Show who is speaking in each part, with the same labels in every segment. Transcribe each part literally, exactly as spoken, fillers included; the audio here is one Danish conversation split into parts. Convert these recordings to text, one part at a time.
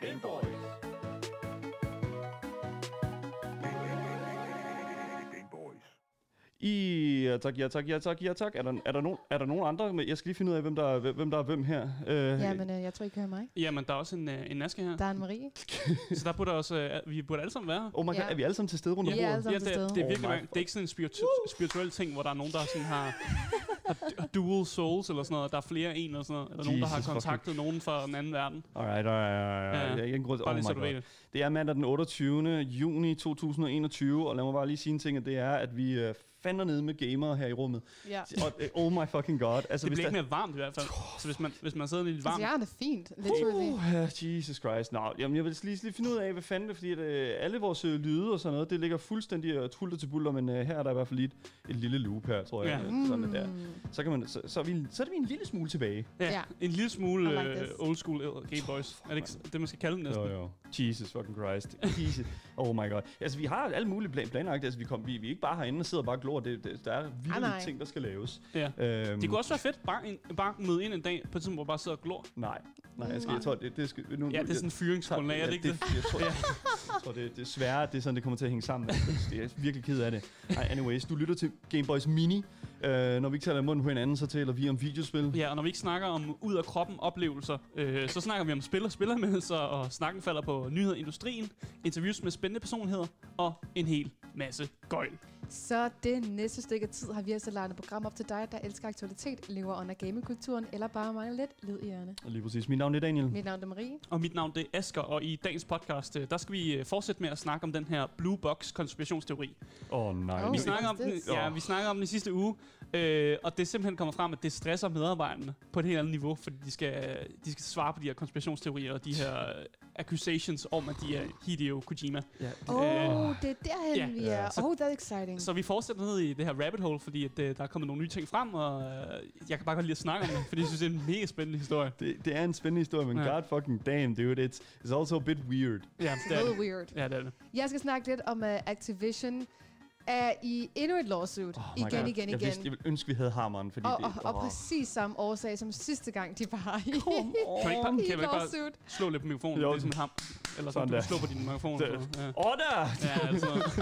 Speaker 1: Game Boys. Game Boys.
Speaker 2: I, ja tak, ja tak, ja tak, ja tak. Er der, er der, nogen, er der nogen andre? Jeg skal lige finde ud af, hvem der er hvem, der er hvem her. Uh,
Speaker 3: Ja, men øh, jeg tror, I kan høre mig.
Speaker 4: Jamen, der er også en, øh, en Aske her.
Speaker 3: Der er en Marie.
Speaker 4: Så der burde også, øh, vi burde alle sammen være her.
Speaker 2: Oh my god,
Speaker 3: Ja.
Speaker 2: er vi alle sammen til stede rundt om
Speaker 3: Vi er
Speaker 2: bordet?
Speaker 3: alle sammen
Speaker 4: Ja,
Speaker 3: til
Speaker 4: det,
Speaker 3: stede.
Speaker 4: det er virkelig
Speaker 2: Oh my
Speaker 4: oh det er ikke sådan en spiritu- spirituel ting, hvor der er nogen, der sådan har, har dual souls eller sådan noget. Der er flere en eller sådan noget. Eller nogen, der har
Speaker 2: Jesus
Speaker 4: kontaktet
Speaker 2: fucking-
Speaker 4: nogen fra den anden verden.
Speaker 2: Alright, alright, alright.
Speaker 4: Ja.
Speaker 2: Jeg grund,
Speaker 4: Bare
Speaker 2: oh
Speaker 4: lige
Speaker 2: my
Speaker 4: så du
Speaker 2: god.
Speaker 4: ved det.
Speaker 2: Det er mandag den otteogtyvende juni to tusind og enogtyve, og lad mig bare lige sige en ting, at det er, at vi uh, fandme nede med gamere her i rummet.
Speaker 3: Ja.
Speaker 2: Og, uh, oh my fucking god. Altså,
Speaker 4: Det
Speaker 2: hvis
Speaker 4: bliver
Speaker 2: der-
Speaker 4: ikke mere varmt i hvert fald. Så hvis man, hvis man sidder lidt
Speaker 3: Altså,
Speaker 4: varmt...
Speaker 3: jeg har det fint, literally.
Speaker 2: Uh, Jesus Christ. Nå, jamen, jeg vil lige, lige finde ud af, hvad fanden det er, fordi at, uh, alle vores uh, lyde og sådan noget, det ligger fuldstændig uh, tulter til bulter, men uh, her er der i hvert fald lige et, et lille loop her, tror jeg.
Speaker 4: Ja.
Speaker 2: Uh, sådan der. Så, kan man, så, så, er vi, så er det vi en lille smule tilbage.
Speaker 4: Ja,
Speaker 3: Ja.
Speaker 4: en lille smule
Speaker 3: I like
Speaker 4: øh,
Speaker 3: this.
Speaker 4: old school Game Boys. Er det ikke det, man skal kalde den næsten?
Speaker 2: Jo, jo. Jesus fucking Christ. Jesus. Oh my god. Altså, vi har alle mulige plan- planlagt. Altså, vi, kom, vi, vi er ikke bare herinde og sidder og bare og glor. Det, det, der er
Speaker 3: Ah,
Speaker 2: vildt
Speaker 3: nej.
Speaker 2: ting, der skal laves.
Speaker 4: Ja.
Speaker 2: Øhm,
Speaker 4: Det kunne også være fedt bare, en, bare møde ind en dag på et tidspunkt, hvor bare sidder og glor.
Speaker 2: Nej. Nej, jeg, skal,
Speaker 4: Nej.
Speaker 2: jeg tror, det, det skal... Nu,
Speaker 4: Ja, det er sådan en fyringsgrundlag, er det ikke det?
Speaker 2: Jeg tror, jeg tror det, det er svært, det er sådan, det kommer til at hænge sammen. Jeg er virkelig ked af det. Ej, anyways, du lytter til Game Boys Mini. Uh, når vi ikke taler i munden på hinanden, så taler vi om videospil.
Speaker 4: Ja, og når vi ikke snakker om ud af kroppen oplevelser, øh, så snakker vi om spil og spillermeldelser, og snakken falder på nyheder i industrien, interviews med spændende personligheder og en hel masse gøjl.
Speaker 3: Så det næste stykke tid har vi altså lagt et program op til dig, der elsker aktualitet, lever under gamingkulturen, eller bare mangler lidt lyd i ørerne.
Speaker 2: Lige præcis. Mit navn er Daniel.
Speaker 3: Mit navn er Marie.
Speaker 4: Og mit navn det er Asger, og i dagens podcast, øh, der skal vi øh, fortsætte med at snakke om den her Blue Box konspirationsteori.
Speaker 2: Åh oh, nej.
Speaker 3: Oh.
Speaker 4: Vi
Speaker 3: What's
Speaker 4: snakker om den,
Speaker 3: this?
Speaker 4: ja,
Speaker 2: Åh.
Speaker 4: vi snakker om den i sidste uge, øh, og det er simpelthen kommet frem, at det stresser medarbejderne på et helt andet niveau, fordi de skal, de skal svare på de her konspirationsteorier og de her øh, accusations om, at de er Hideo Kojima.
Speaker 2: Ja,
Speaker 3: Åh, oh,
Speaker 4: Øh,
Speaker 3: det er derhen,
Speaker 4: ja.
Speaker 3: vi
Speaker 2: Ja.
Speaker 3: er.
Speaker 4: Så-
Speaker 3: Oh, that's exciting.
Speaker 4: Så vi fortsætter ned i det her rabbit hole, fordi at, øh, der er kommet nogle nye ting frem, og øh, jeg kan bare godt lide at snakke om det, fordi jeg synes, det er en mega spændende historie.
Speaker 2: det, det er en spændende historie, men
Speaker 4: Ja.
Speaker 2: god fucking damn, dude. It's, it's also a bit weird.
Speaker 4: Ja, det er
Speaker 3: Noget
Speaker 4: det.
Speaker 3: weird.
Speaker 4: Ja, det er det.
Speaker 3: Jeg skal snakke lidt om uh, Activision er i endnu et lawsuit.
Speaker 2: Oh my
Speaker 3: igen,
Speaker 2: God.
Speaker 3: igen,
Speaker 2: Jeg,
Speaker 3: igen.
Speaker 2: vidste, jeg ville ønske, vi havde hammeren, fordi
Speaker 3: Og,
Speaker 2: det...
Speaker 3: og, og
Speaker 2: åh.
Speaker 3: præcis samme årsag som sidste gang, de var i.
Speaker 4: Kan vi ikke bare, kan vi
Speaker 3: I
Speaker 4: ikke bare
Speaker 3: lawsuit.
Speaker 4: slå lidt på mikrofonen?
Speaker 2: Jo.
Speaker 4: Det er sådan ham. Eller så
Speaker 2: Sådan
Speaker 4: du kan
Speaker 2: der.
Speaker 4: slå på din mikrofon.
Speaker 2: Det-
Speaker 4: Så, ja.
Speaker 2: Åh, der!
Speaker 4: Ja, altså.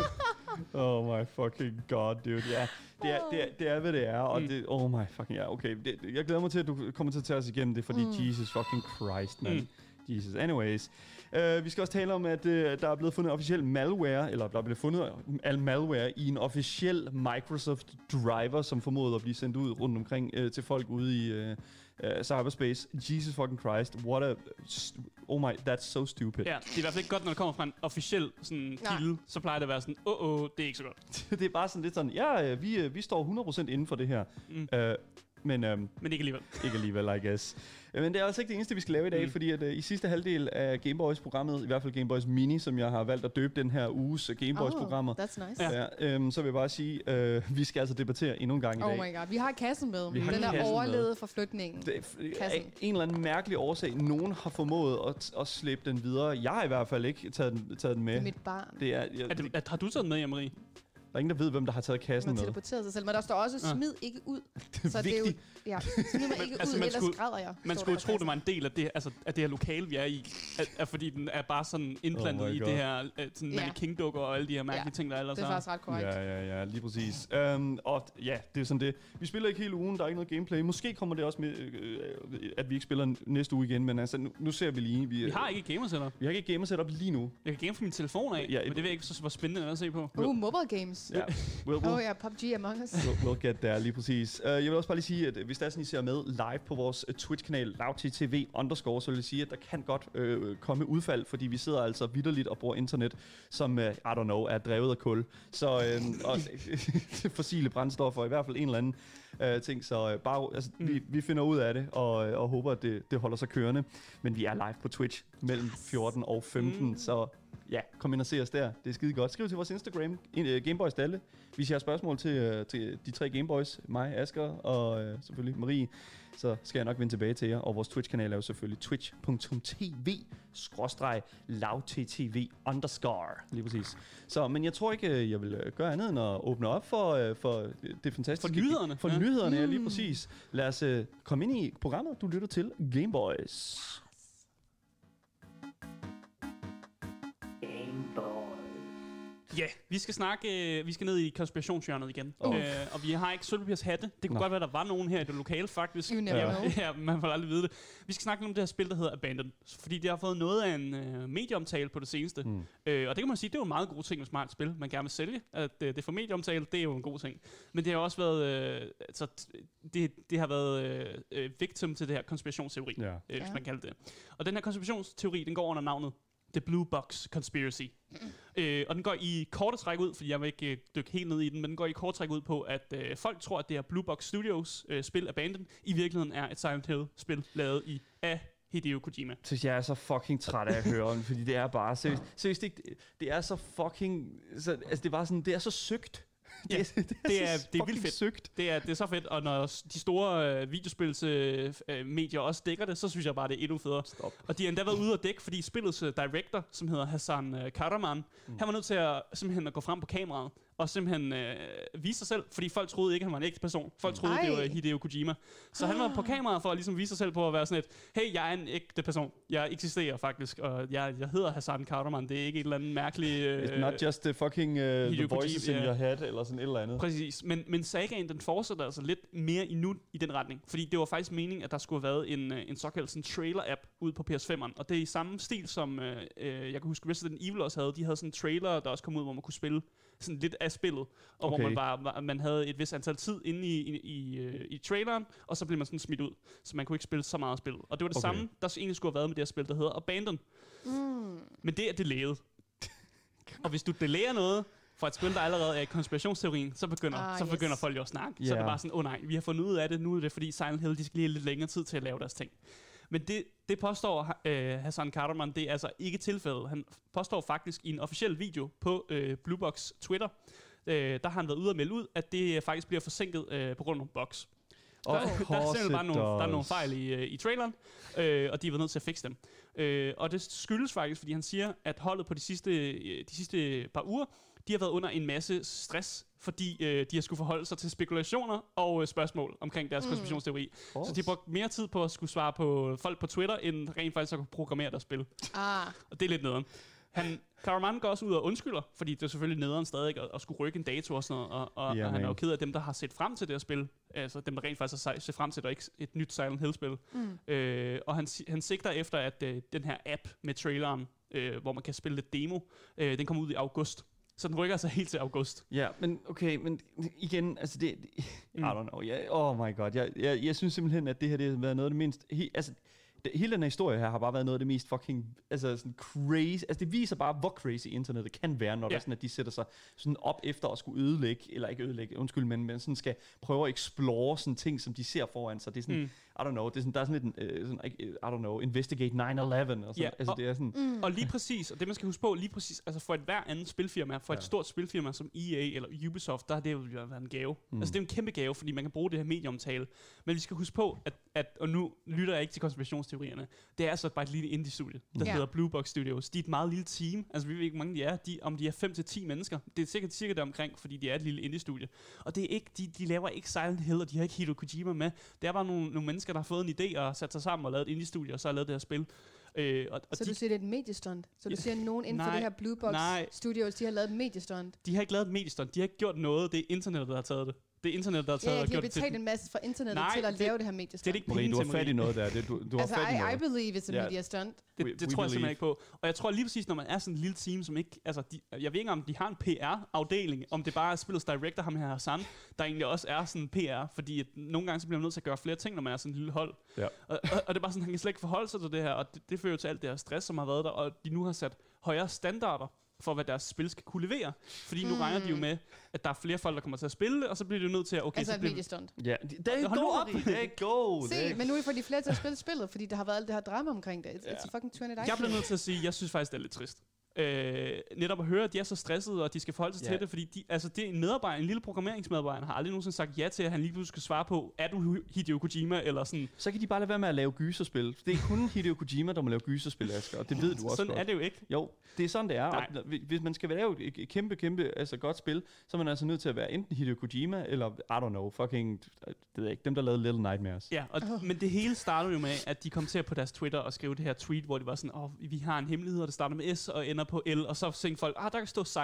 Speaker 2: Oh my fucking god, dude. Ja, det er, det er, det er hvad det er, og
Speaker 4: Mm.
Speaker 2: det... Oh my fucking... Ja, okay. Det, jeg glæder mig til, at du kommer til at tage os igennem det, fordi
Speaker 3: Mm.
Speaker 2: Jesus fucking Christ, man.
Speaker 4: Mm.
Speaker 2: Jesus. Anyways. Uh, vi skal også tale om, at uh, der er blevet fundet officiel malware, eller der er blevet fundet al malware i en officiel Microsoft driver, som formodet at blive sendt ud rundt omkring uh, til folk ude i uh, uh, cyberspace. Jesus fucking Christ. What a... Oh my... That's so stupid.
Speaker 4: Ja, det er i hvert fald ikke godt, når det kommer fra en officiel sådan,
Speaker 3: Nej.
Speaker 4: kilde. Så plejer det at være sådan, åh, oh, oh, det er ikke så godt.
Speaker 2: Det er bare sådan lidt sådan, ja, øh, vi, øh, vi står hundrede procent inden for det her.
Speaker 4: Mm.
Speaker 2: Uh, men... Um,
Speaker 4: Men ikke alligevel.
Speaker 2: Ikke alligevel, I guess. Men det er altså ikke det eneste, vi skal lave i dag,
Speaker 4: Mm.
Speaker 2: fordi at, uh, i sidste halvdel af Game Boys-programmet, i hvert fald Game Boys Mini, som jeg har valgt at døbe den her uges uh, Game Boys-programmer,
Speaker 3: Oh, that's nice.
Speaker 4: Ja.
Speaker 2: ja, øhm, så vil jeg bare sige, uh, vi skal altså debattere endnu en gang i
Speaker 3: Oh
Speaker 2: dag.
Speaker 3: my god, vi har kassen med.
Speaker 2: Vi har
Speaker 3: Den er
Speaker 2: kassen med.
Speaker 3: overlevet fra flytningen.
Speaker 2: Det er f-
Speaker 3: Kassen.
Speaker 2: af en eller anden mærkelig årsag, nogen har formået at, at slæbe den videre. Jeg har i hvert fald ikke taget den, taget den med.
Speaker 3: Det er mit barn.
Speaker 2: Det er, jeg,
Speaker 4: Er det, er, har du taget den med, Marie?
Speaker 2: der er ingen, der ved, hvem der har taget
Speaker 3: Man
Speaker 2: kassen
Speaker 3: har
Speaker 2: med.
Speaker 3: teleporteret sig selv, men der står også,
Speaker 4: Ah.
Speaker 3: smid ikke ud.
Speaker 2: Det er
Speaker 3: Så det er jo,
Speaker 2: vigtigt.
Speaker 3: ja, smid mig ikke
Speaker 4: altså,
Speaker 3: ud,
Speaker 4: man
Speaker 3: ellers
Speaker 4: skulle-
Speaker 3: græder jeg.
Speaker 4: Man
Speaker 3: står
Speaker 4: skulle
Speaker 3: der
Speaker 4: jo
Speaker 3: på
Speaker 4: tro, det var en del af det, altså, af det her lokale, vi er i. At, at fordi den er bare sådan indblandet
Speaker 2: Oh my
Speaker 4: i
Speaker 2: God.
Speaker 4: det her uh, sådan
Speaker 3: Ja.
Speaker 4: mannequin-dukker og alle de her mærkelige
Speaker 3: Ja,
Speaker 4: ting, der ellers
Speaker 3: Det er faktisk ret korrekt.
Speaker 2: Ja, ja, ja, lige præcis. Um, og ja, det er sådan det. Vi spiller ikke hele ugen, der er ikke noget gameplay. Måske kommer det også med, øh, at vi ikke spiller næste uge igen, men altså, nu, nu ser vi lige. Vi,
Speaker 4: Vi har ikke gamer setup.
Speaker 2: vi har ikke gamer setup lige nu.
Speaker 4: Jeg kan game fra min telefon af,
Speaker 2: Ja,
Speaker 4: men det ved jeg ikke, så hvor spændende det at se på.
Speaker 3: Uh, mobile games.
Speaker 2: Ja, we'll, we'll,
Speaker 3: Oh ja, P U B G Among Us.
Speaker 2: we'll, we'll get there, lige præcis. Uh, jeg vil også bare lige sige, at hvis der er sådan, I ser med live på vores uh, Twitch-kanal, lavttv underscore, så vil jeg sige, at der kan godt uh, komme udfald, fordi vi sidder altså vitterligt og bruger internet, som, uh, I don't know, er drevet af kul. Så, uh, og fossile brændstoffer, i hvert fald en eller anden uh, ting. Så uh, bare, altså, mm. vi, vi finder ud af det, og, og håber, at det, det holder sig kørende. Men vi er live på Twitch mellem fjorten og femten, mm. så ja, kom ind og se os der. Det er skide godt. Skriv til vores Instagram, uh, Gameboys Dalle. Hvis I har spørgsmål til, uh, til de tre Gameboys, mig, Asger og uh, selvfølgelig Marie, så skal jeg nok vende tilbage til jer. Og vores Twitch-kanal er jo selvfølgelig twitch punktum tv skråstreg lavttv underscore. Lige præcis. Så, men jeg tror ikke, jeg vil gøre andet end at åbne op for, uh, for det fantastiske...
Speaker 4: For nyhederne.
Speaker 2: For
Speaker 4: Ja.
Speaker 2: nyhederne, ja, lige præcis. Lad os uh, komme ind i programmet. Du lytter til Gameboys.
Speaker 4: Ja, vi skal snakke, øh, vi skal ned i konspirationshjørnet igen.
Speaker 2: Oh.
Speaker 4: Øh, og vi har ikke sølvpapirs hatte. Det kunne
Speaker 2: Nå.
Speaker 4: godt være, der var nogen her i det lokale, faktisk.
Speaker 3: You never
Speaker 4: ja,
Speaker 3: know.
Speaker 4: ja, man får aldrig vide det. Vi skal snakke om det her spil, der hedder Abandoned. Fordi det har fået noget af en øh, medieomtale på det seneste.
Speaker 2: Mm.
Speaker 4: Øh, og det kan man sige, det er jo en meget god ting, hvis man har et spil, man gerne vil sælge. At øh, det får medieomtale, det er jo en god ting. Men det har også været, øh, altså, det, det har været øh, øh, victim til det her konspirationsteori,
Speaker 2: Ja.
Speaker 4: øh, hvis
Speaker 3: Ja.
Speaker 4: man kalder det. Og den her konspirationsteori, den går under navnet The Blue Box Conspiracy. Mm. Øh, og den går i korte træk ud, fordi jeg vil ikke øh, dykke helt ned i den, men den går i korte træk ud på, at øh, folk tror, at det her Blue Box Studios øh, spil Abandoned i virkeligheden er et Silent Hill-spil lavet i af Hideo Kojima.
Speaker 2: Så jeg er så fucking træt af at høre den, fordi det er bare seriøst, seriøst det, det er så fucking, så, altså det var sådan, det er så søgt.
Speaker 4: Ja,
Speaker 2: det, er, det, er,
Speaker 4: det er-
Speaker 2: så
Speaker 4: det er vildt
Speaker 2: fucking
Speaker 4: fedt.
Speaker 2: søgt.
Speaker 4: Det er, det er så fedt, og når s- de store øh, videospilsmedier øh, medier også dækker det, så synes jeg bare, det er endnu federe.
Speaker 2: Stop.
Speaker 4: Og de har endda været ude og dække, fordi spillets øh, director, som hedder Hassan øh, Karaman, mm. han var nødt til at simpelthen at gå frem på kameraet og simpelthen øh, vise sig selv, fordi folk troede ikke, han var en ægte person. Folk troede,
Speaker 3: Ej.
Speaker 4: det var Hideo Kojima. Så han var på kameraet for at ligesom vise sig selv på at være sådan et, hey, jeg er en ægte person. Jeg eksisterer faktisk, og jeg, jeg hedder Hassan Karaman. Det er ikke et eller andet mærkeligt... Øh,
Speaker 2: It's not just the fucking uh, the
Speaker 4: Hideo
Speaker 2: voices
Speaker 4: Kojima,
Speaker 2: in
Speaker 4: ja.
Speaker 2: your head, eller sådan et eller andet.
Speaker 4: Præcis, men, men sagaen, den fortsætter altså lidt mere i nu i den retning. Fordi det var faktisk meningen, at der skulle have været en, øh, en såkaldt sådan trailer-app ude på P S fem'eren. Og det er i samme stil, som øh, øh, jeg kan huske, Resident Evil også havde. De havde sådan en trailer, der også kom ud, hvor man kunne spille sådan lidt af spillet. Og okay. hvor man, bare, man havde et vis antal tid inde i, i, i, øh, i traileren, og så blev man sådan smidt ud. Så man kunne ikke spille så meget af spillet. Og det var det
Speaker 2: Okay.
Speaker 4: samme, der egentlig skulle have været med det her spil, der hedder Abandon.
Speaker 3: Mm.
Speaker 4: Men det er delayet. Og hvis du delayer noget for et spil, der allerede er i konspirationsteorien, så begynder,
Speaker 3: Ah,
Speaker 4: så begynder
Speaker 3: yes.
Speaker 4: folk jo at snakke. Så er
Speaker 2: Ja.
Speaker 4: det bare sådan, åh oh, nej, vi har fundet ud af det, nu er det fordi Silent Hill, de skal lige have lidt længere tid til at lave deres ting. Men det, det påstår øh, Hassan Karaman, det er altså ikke tilfældet. Han påstår faktisk i en officiel video på øh, Bluebox Twitter, øh, der har han været ude og melde ud, at det faktisk bliver forsinket øh, på grund af nogle bugs.
Speaker 2: Of
Speaker 4: Der, der er
Speaker 2: course
Speaker 4: simpelthen bare
Speaker 2: it
Speaker 4: nogle, der er nogle
Speaker 2: does.
Speaker 4: fejl i, øh, i traileren, øh, og de har været nødt til at fikse dem. Øh, og det skyldes faktisk, fordi han siger, at holdet på de sidste, øh, de sidste par uger, de har været under en masse stress, fordi øh, de har skulle forholde sig til spekulationer og øh, spørgsmål omkring deres mm. konspirationsteori.
Speaker 2: Oh.
Speaker 4: Så de har brugt mere tid på at skulle svare på folk på Twitter, end rent faktisk at kunne programmere deres spil.
Speaker 3: Ah.
Speaker 4: Og det er lidt nederen. Han, Karaman går også ud og undskylder, fordi det er selvfølgelig nederen stadig at, at skulle rykke en dato og sådan noget, og, og,
Speaker 2: Ja,
Speaker 4: og han er
Speaker 2: man.
Speaker 4: jo ked af dem, der har set frem til det her spil, altså dem, der rent faktisk har set frem til det, og ikke et nyt Silent Hill-spil.
Speaker 3: Mm.
Speaker 4: Øh, og han, si- han sigter efter, at øh, den her app med traileren, øh, hvor man kan spille lidt demo, øh, den kommer ud i august. Så den rykker sig helt til august.
Speaker 2: Ja, men okay, men igen, altså det, det I
Speaker 4: Mm.
Speaker 2: don't know, yeah, oh my god, jeg, jeg, jeg synes simpelthen, at det her det har været noget af det mindst, he, altså, det, hele den her historie her har bare været noget af det mest fucking, altså sådan crazy, altså det viser bare, hvor crazy internettet kan være, når
Speaker 4: Ja.
Speaker 2: ja. det er sådan, at de sætter sig sådan op efter at skulle ødelægge, eller ikke ødelægge, undskyld, men, men sådan skal prøve at explore sådan ting, som de ser foran sig. Det er sådan,
Speaker 4: Mm.
Speaker 2: mm. I don't know, det er sådan, der er sådan lidt, uh, sådan, I don't know, investigate nine eleven, og sådan,
Speaker 4: Ja,
Speaker 2: altså
Speaker 4: og-
Speaker 2: det er sådan,
Speaker 3: Mm.
Speaker 4: Og lige præcis, og det man skal huske på, lige præcis, altså for et hver andet spilfirma, for ja. et
Speaker 2: Ja.
Speaker 4: stort spilfirma som E A eller Ubisoft, der har det jo været en gave. Mm. Altså det er jo en kæmpe gave, fordi man kan bruge det her medieomtale. Men vi skal huske på, at, at og nu lytter jeg ikke til konspirationsteorierne, det er altså bare et lille indie-studie, der
Speaker 3: Ja.
Speaker 4: hedder Blue Box Studios. De er et meget lille team, altså vi ved ikke, hvor mange de er, de, om de er fem til ti mennesker. Det er sikkert cirka der omkring, fordi de er et lille indie-studie. Og det er ikke, de, de laver ikke Silent Hill, og de har ikke Hideo Kojima med. Det er bare nogle, nogle mennesker, der har fået en idé og sat sig sammen og lavet et indie-studie, og så har lavet det her spil. Øh, og, og
Speaker 3: Så
Speaker 4: de,
Speaker 3: du siger, det er et mediestunt? Så du
Speaker 4: Ja.
Speaker 3: siger, at nogen inden for
Speaker 4: Nej.
Speaker 3: det her Blue Box
Speaker 4: Nej.
Speaker 3: Studios, de har lavet et mediestunt?
Speaker 4: De har ikke lavet et mediestunt. De har ikke gjort noget. Det er internettet, der har taget det. Det er internettet, der har
Speaker 3: Ja,
Speaker 4: taget
Speaker 3: jeg
Speaker 4: og
Speaker 3: kan
Speaker 4: gjort det til.
Speaker 3: betale en masse fra internettet
Speaker 4: Nej,
Speaker 3: til at
Speaker 4: det-
Speaker 3: lave det her
Speaker 4: Det
Speaker 3: mediestunt.
Speaker 4: er det ikke
Speaker 2: Marie,
Speaker 4: penge
Speaker 2: du
Speaker 4: til,
Speaker 2: har fat i
Speaker 4: Marie.
Speaker 2: noget der, det, du, du har
Speaker 3: Altså,
Speaker 2: fat i
Speaker 3: I, I
Speaker 2: noget.
Speaker 3: believe it's a
Speaker 2: Ja.
Speaker 3: media stunt.
Speaker 4: Det,
Speaker 2: We-
Speaker 4: det
Speaker 2: we
Speaker 4: tror jeg simpelthen
Speaker 2: believe.
Speaker 4: ikke på. Og jeg tror lige præcis, når man er sådan en lille team, som ikke... Altså, de, jeg ved ikke engang, om de har en P R-afdeling, om det bare er spillets director, ham her Hassan, der egentlig også er sådan en P R, fordi at nogle gange så bliver man nødt til at gøre flere ting, når man er sådan en lille hold.
Speaker 2: Ja.
Speaker 4: Og, og, og det er bare sådan, han kan slet ikke forholde sig til det her, og det, det fører jo til alt det her stress, som har været der, og de nu har sat højere standarder for, hvad deres spil skal kunne levere. Fordi nu
Speaker 3: Mm.
Speaker 4: regner de jo med, at der er flere folk, der kommer til at spille det, og så bliver de jo nødt til at... Okay,
Speaker 3: Altså
Speaker 4: så
Speaker 3: et
Speaker 4: bliver
Speaker 3: mediestunt.
Speaker 2: Ja, der er
Speaker 4: Hold nu
Speaker 2: go,
Speaker 4: op.
Speaker 2: Marie, der er go.
Speaker 3: Se, men nu får de flere til at spille spillet, fordi der har været alt det her drama omkring det. It's,
Speaker 2: Ja.
Speaker 3: it's a fucking twenty
Speaker 4: Jeg bliver nødt til at sige, at jeg synes faktisk, det er lidt trist. Øh, netop at høre, at de er så stressede, og de skal forholde sig
Speaker 2: Ja.
Speaker 4: til det, fordi de, altså det er en medarbejder, en lille programmeringsmedarbejder, har aldrig nogensinde sagt ja til, at han lige pludselig skal svare på, er du Hideo Kojima, eller sådan.
Speaker 2: Så kan de bare lade være med at lave gyserspil. Det er kun Hideo Kojima, der må lave gyserspil, Asger, og det ved du også
Speaker 4: Sådan
Speaker 2: godt.
Speaker 4: er det jo ikke.
Speaker 2: Jo, det er sådan, det er.
Speaker 4: Nej.
Speaker 2: Og hvis man skal lave et kæmpe, kæmpe altså godt spil, så er man altså nødt til at være enten Hideo Kojima, eller, I don't know, fucking, det ved jeg ikke, dem, der lavede Little Nightmares.
Speaker 4: Ja, og,
Speaker 3: Åh.
Speaker 4: men det hele startede jo med, at de kom til på deres Twitter og skrev det her tweet, hvor det var sådan, åh, oh, vi har en hemmelighed, og det starter med S og ender på L, og så tænkte folk, ah, der kan stå Silent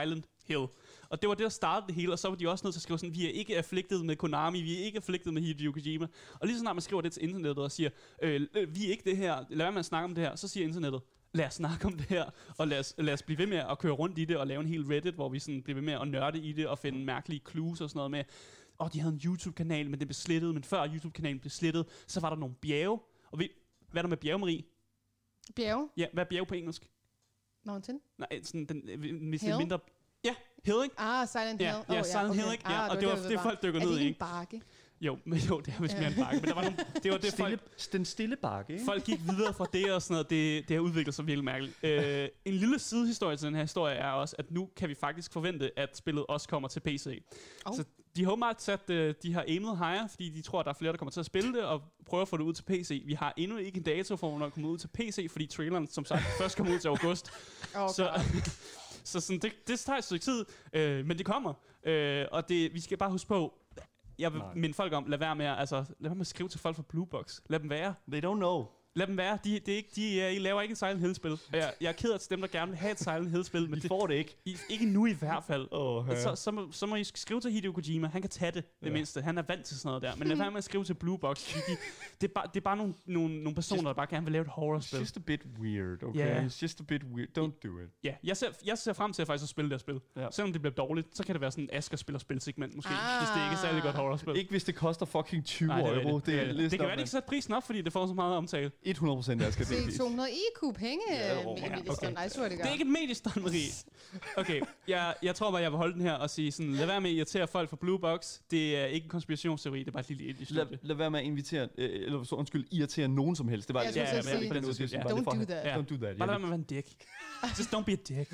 Speaker 4: Hill. Og det var det, der startede det hele, og så var de også nødt til at skrive sådan, vi er ikke afflicted med Konami, vi er ikke afflicted med Hideo Kojima. Og lige så snart man skriver det til internettet og siger, øh, vi er ikke det her, lad være med at snakke om det her, så siger internettet, lad os snakke om det her, og lad os, lad os blive ved med at køre rundt i det, og lave en hel Reddit, hvor vi sådan bliver ved med at nørde i det, og finde mærkelige clues og sådan noget med, åh, oh, de havde en YouTube-kanal, men den blev slettet, men før YouTube-kanalen blev slettet, så var der nogle bjerge. Og ved, hvad er der med bjerge, Marie?
Speaker 3: Bjerge?
Speaker 4: Ja, hvad er bjerge på engelsk?
Speaker 3: Mountain?
Speaker 4: Nej, sådan den, hvis
Speaker 3: Hill?
Speaker 4: det er mindre... Ja, Hill, ikke?
Speaker 3: Ah, Silent Hill.
Speaker 4: Ja,
Speaker 3: Oh,
Speaker 4: ja, Silent Hill, ikke? Ja,
Speaker 3: ah,
Speaker 4: og det var det, folk dykker ned i,
Speaker 3: ikke? Er det
Speaker 4: ikke?
Speaker 3: en bakke?
Speaker 4: Jo, men jo, det er vist mere en bakke, men der var nogle, det var det,
Speaker 2: Stille,
Speaker 4: folk,
Speaker 2: den stille bakke, ikke?
Speaker 4: folk gik videre fra det og sådan noget. Det, det har udviklet sig virkelig mærkeligt. Øh, en lille sidehistorie til den her historie er også, at nu kan vi faktisk forvente, at spillet også kommer til P C.
Speaker 3: Oh.
Speaker 4: Så de har åbenbart sat, uh, de har aimet higher, fordi de tror, at der er flere, der kommer til at spille det, og prøver at få det ud til P C. Vi har endnu ikke en dato for, hvornår det kommer ud til P C, fordi traileren, som sagt, først kommer ud til august.
Speaker 3: Oh,
Speaker 4: så så sådan, det, det tager et stykke tid, øh, men det kommer. Øh, og det, vi skal bare huske på, jeg vil
Speaker 2: Nej.
Speaker 4: minde folk om, lad være med at, altså, lad være med at skrive til folk fra Bluebox. Lad dem være.
Speaker 2: They don't know.
Speaker 4: Lad dem være. De, det er ikke, de, uh, I laver ikke et Silent Hill-spil. Jeg, jeg er ked af til dem, der gerne vil have et Silent Hill-spil, men
Speaker 2: De
Speaker 4: det
Speaker 2: får det ikke.
Speaker 4: I, ikke nu i hvert fald.
Speaker 2: Oh,
Speaker 4: Så, så, må, så må I skrive til Hideo Kojima. Han kan tage det, det
Speaker 2: Ja.
Speaker 4: mindste. Han er vant til sådan noget der. Men lad være med at skrive til Bluebox. De, de, det, er bare, det er bare nogle, nogle, nogle personer, der bare gerne vil lave et
Speaker 2: It's
Speaker 4: horrorspil.
Speaker 2: just a bit weird, okay?
Speaker 4: Yeah.
Speaker 2: It's just a bit weird. Don't do it.
Speaker 4: Ja, jeg ser, jeg ser frem til at faktisk at spille det her spil.
Speaker 2: Ja.
Speaker 4: Selvom det bliver dårligt, så kan det være sådan en Asger spiller spilsegment måske,
Speaker 3: Ah.
Speaker 4: hvis det ikke er særlig godt horrorspil.
Speaker 2: Ikke hvis det koster fucking tyve
Speaker 4: Nej, det er
Speaker 2: euro.
Speaker 4: rigtigt.
Speaker 2: Det er
Speaker 4: det,
Speaker 2: lidt
Speaker 4: det kan være, at de ikke sætter prisen op, fordi det får så meget omtale.
Speaker 2: hundrede procent Asger. Det er
Speaker 3: Se, to hundrede I Q penge,
Speaker 2: Ja,
Speaker 3: ja,
Speaker 2: oh,
Speaker 3: mediestånd.
Speaker 4: okay.
Speaker 3: Nej, så er det
Speaker 4: Det er
Speaker 3: godt.
Speaker 4: ikke et mediestånd, Marie. Okay, jeg, jeg tror bare, jeg vil holde den her og sige sådan, lad være med at irritere folk fra Bluebox. Det er ikke en konspirationsteori, det er bare et lille indie
Speaker 2: Lad, lad være med at invitere, øh, eller så undskyld, irritere nogen som helst. Det var
Speaker 3: Jeg skulle
Speaker 4: Ja,
Speaker 3: til
Speaker 4: ja,
Speaker 3: at
Speaker 4: men jeg
Speaker 3: sige,
Speaker 4: på den sags skyld, ja.
Speaker 3: Don't do that.
Speaker 4: Ja.
Speaker 2: Don't do that.
Speaker 4: Bare lad være med at være en dick. Just don't be a dick.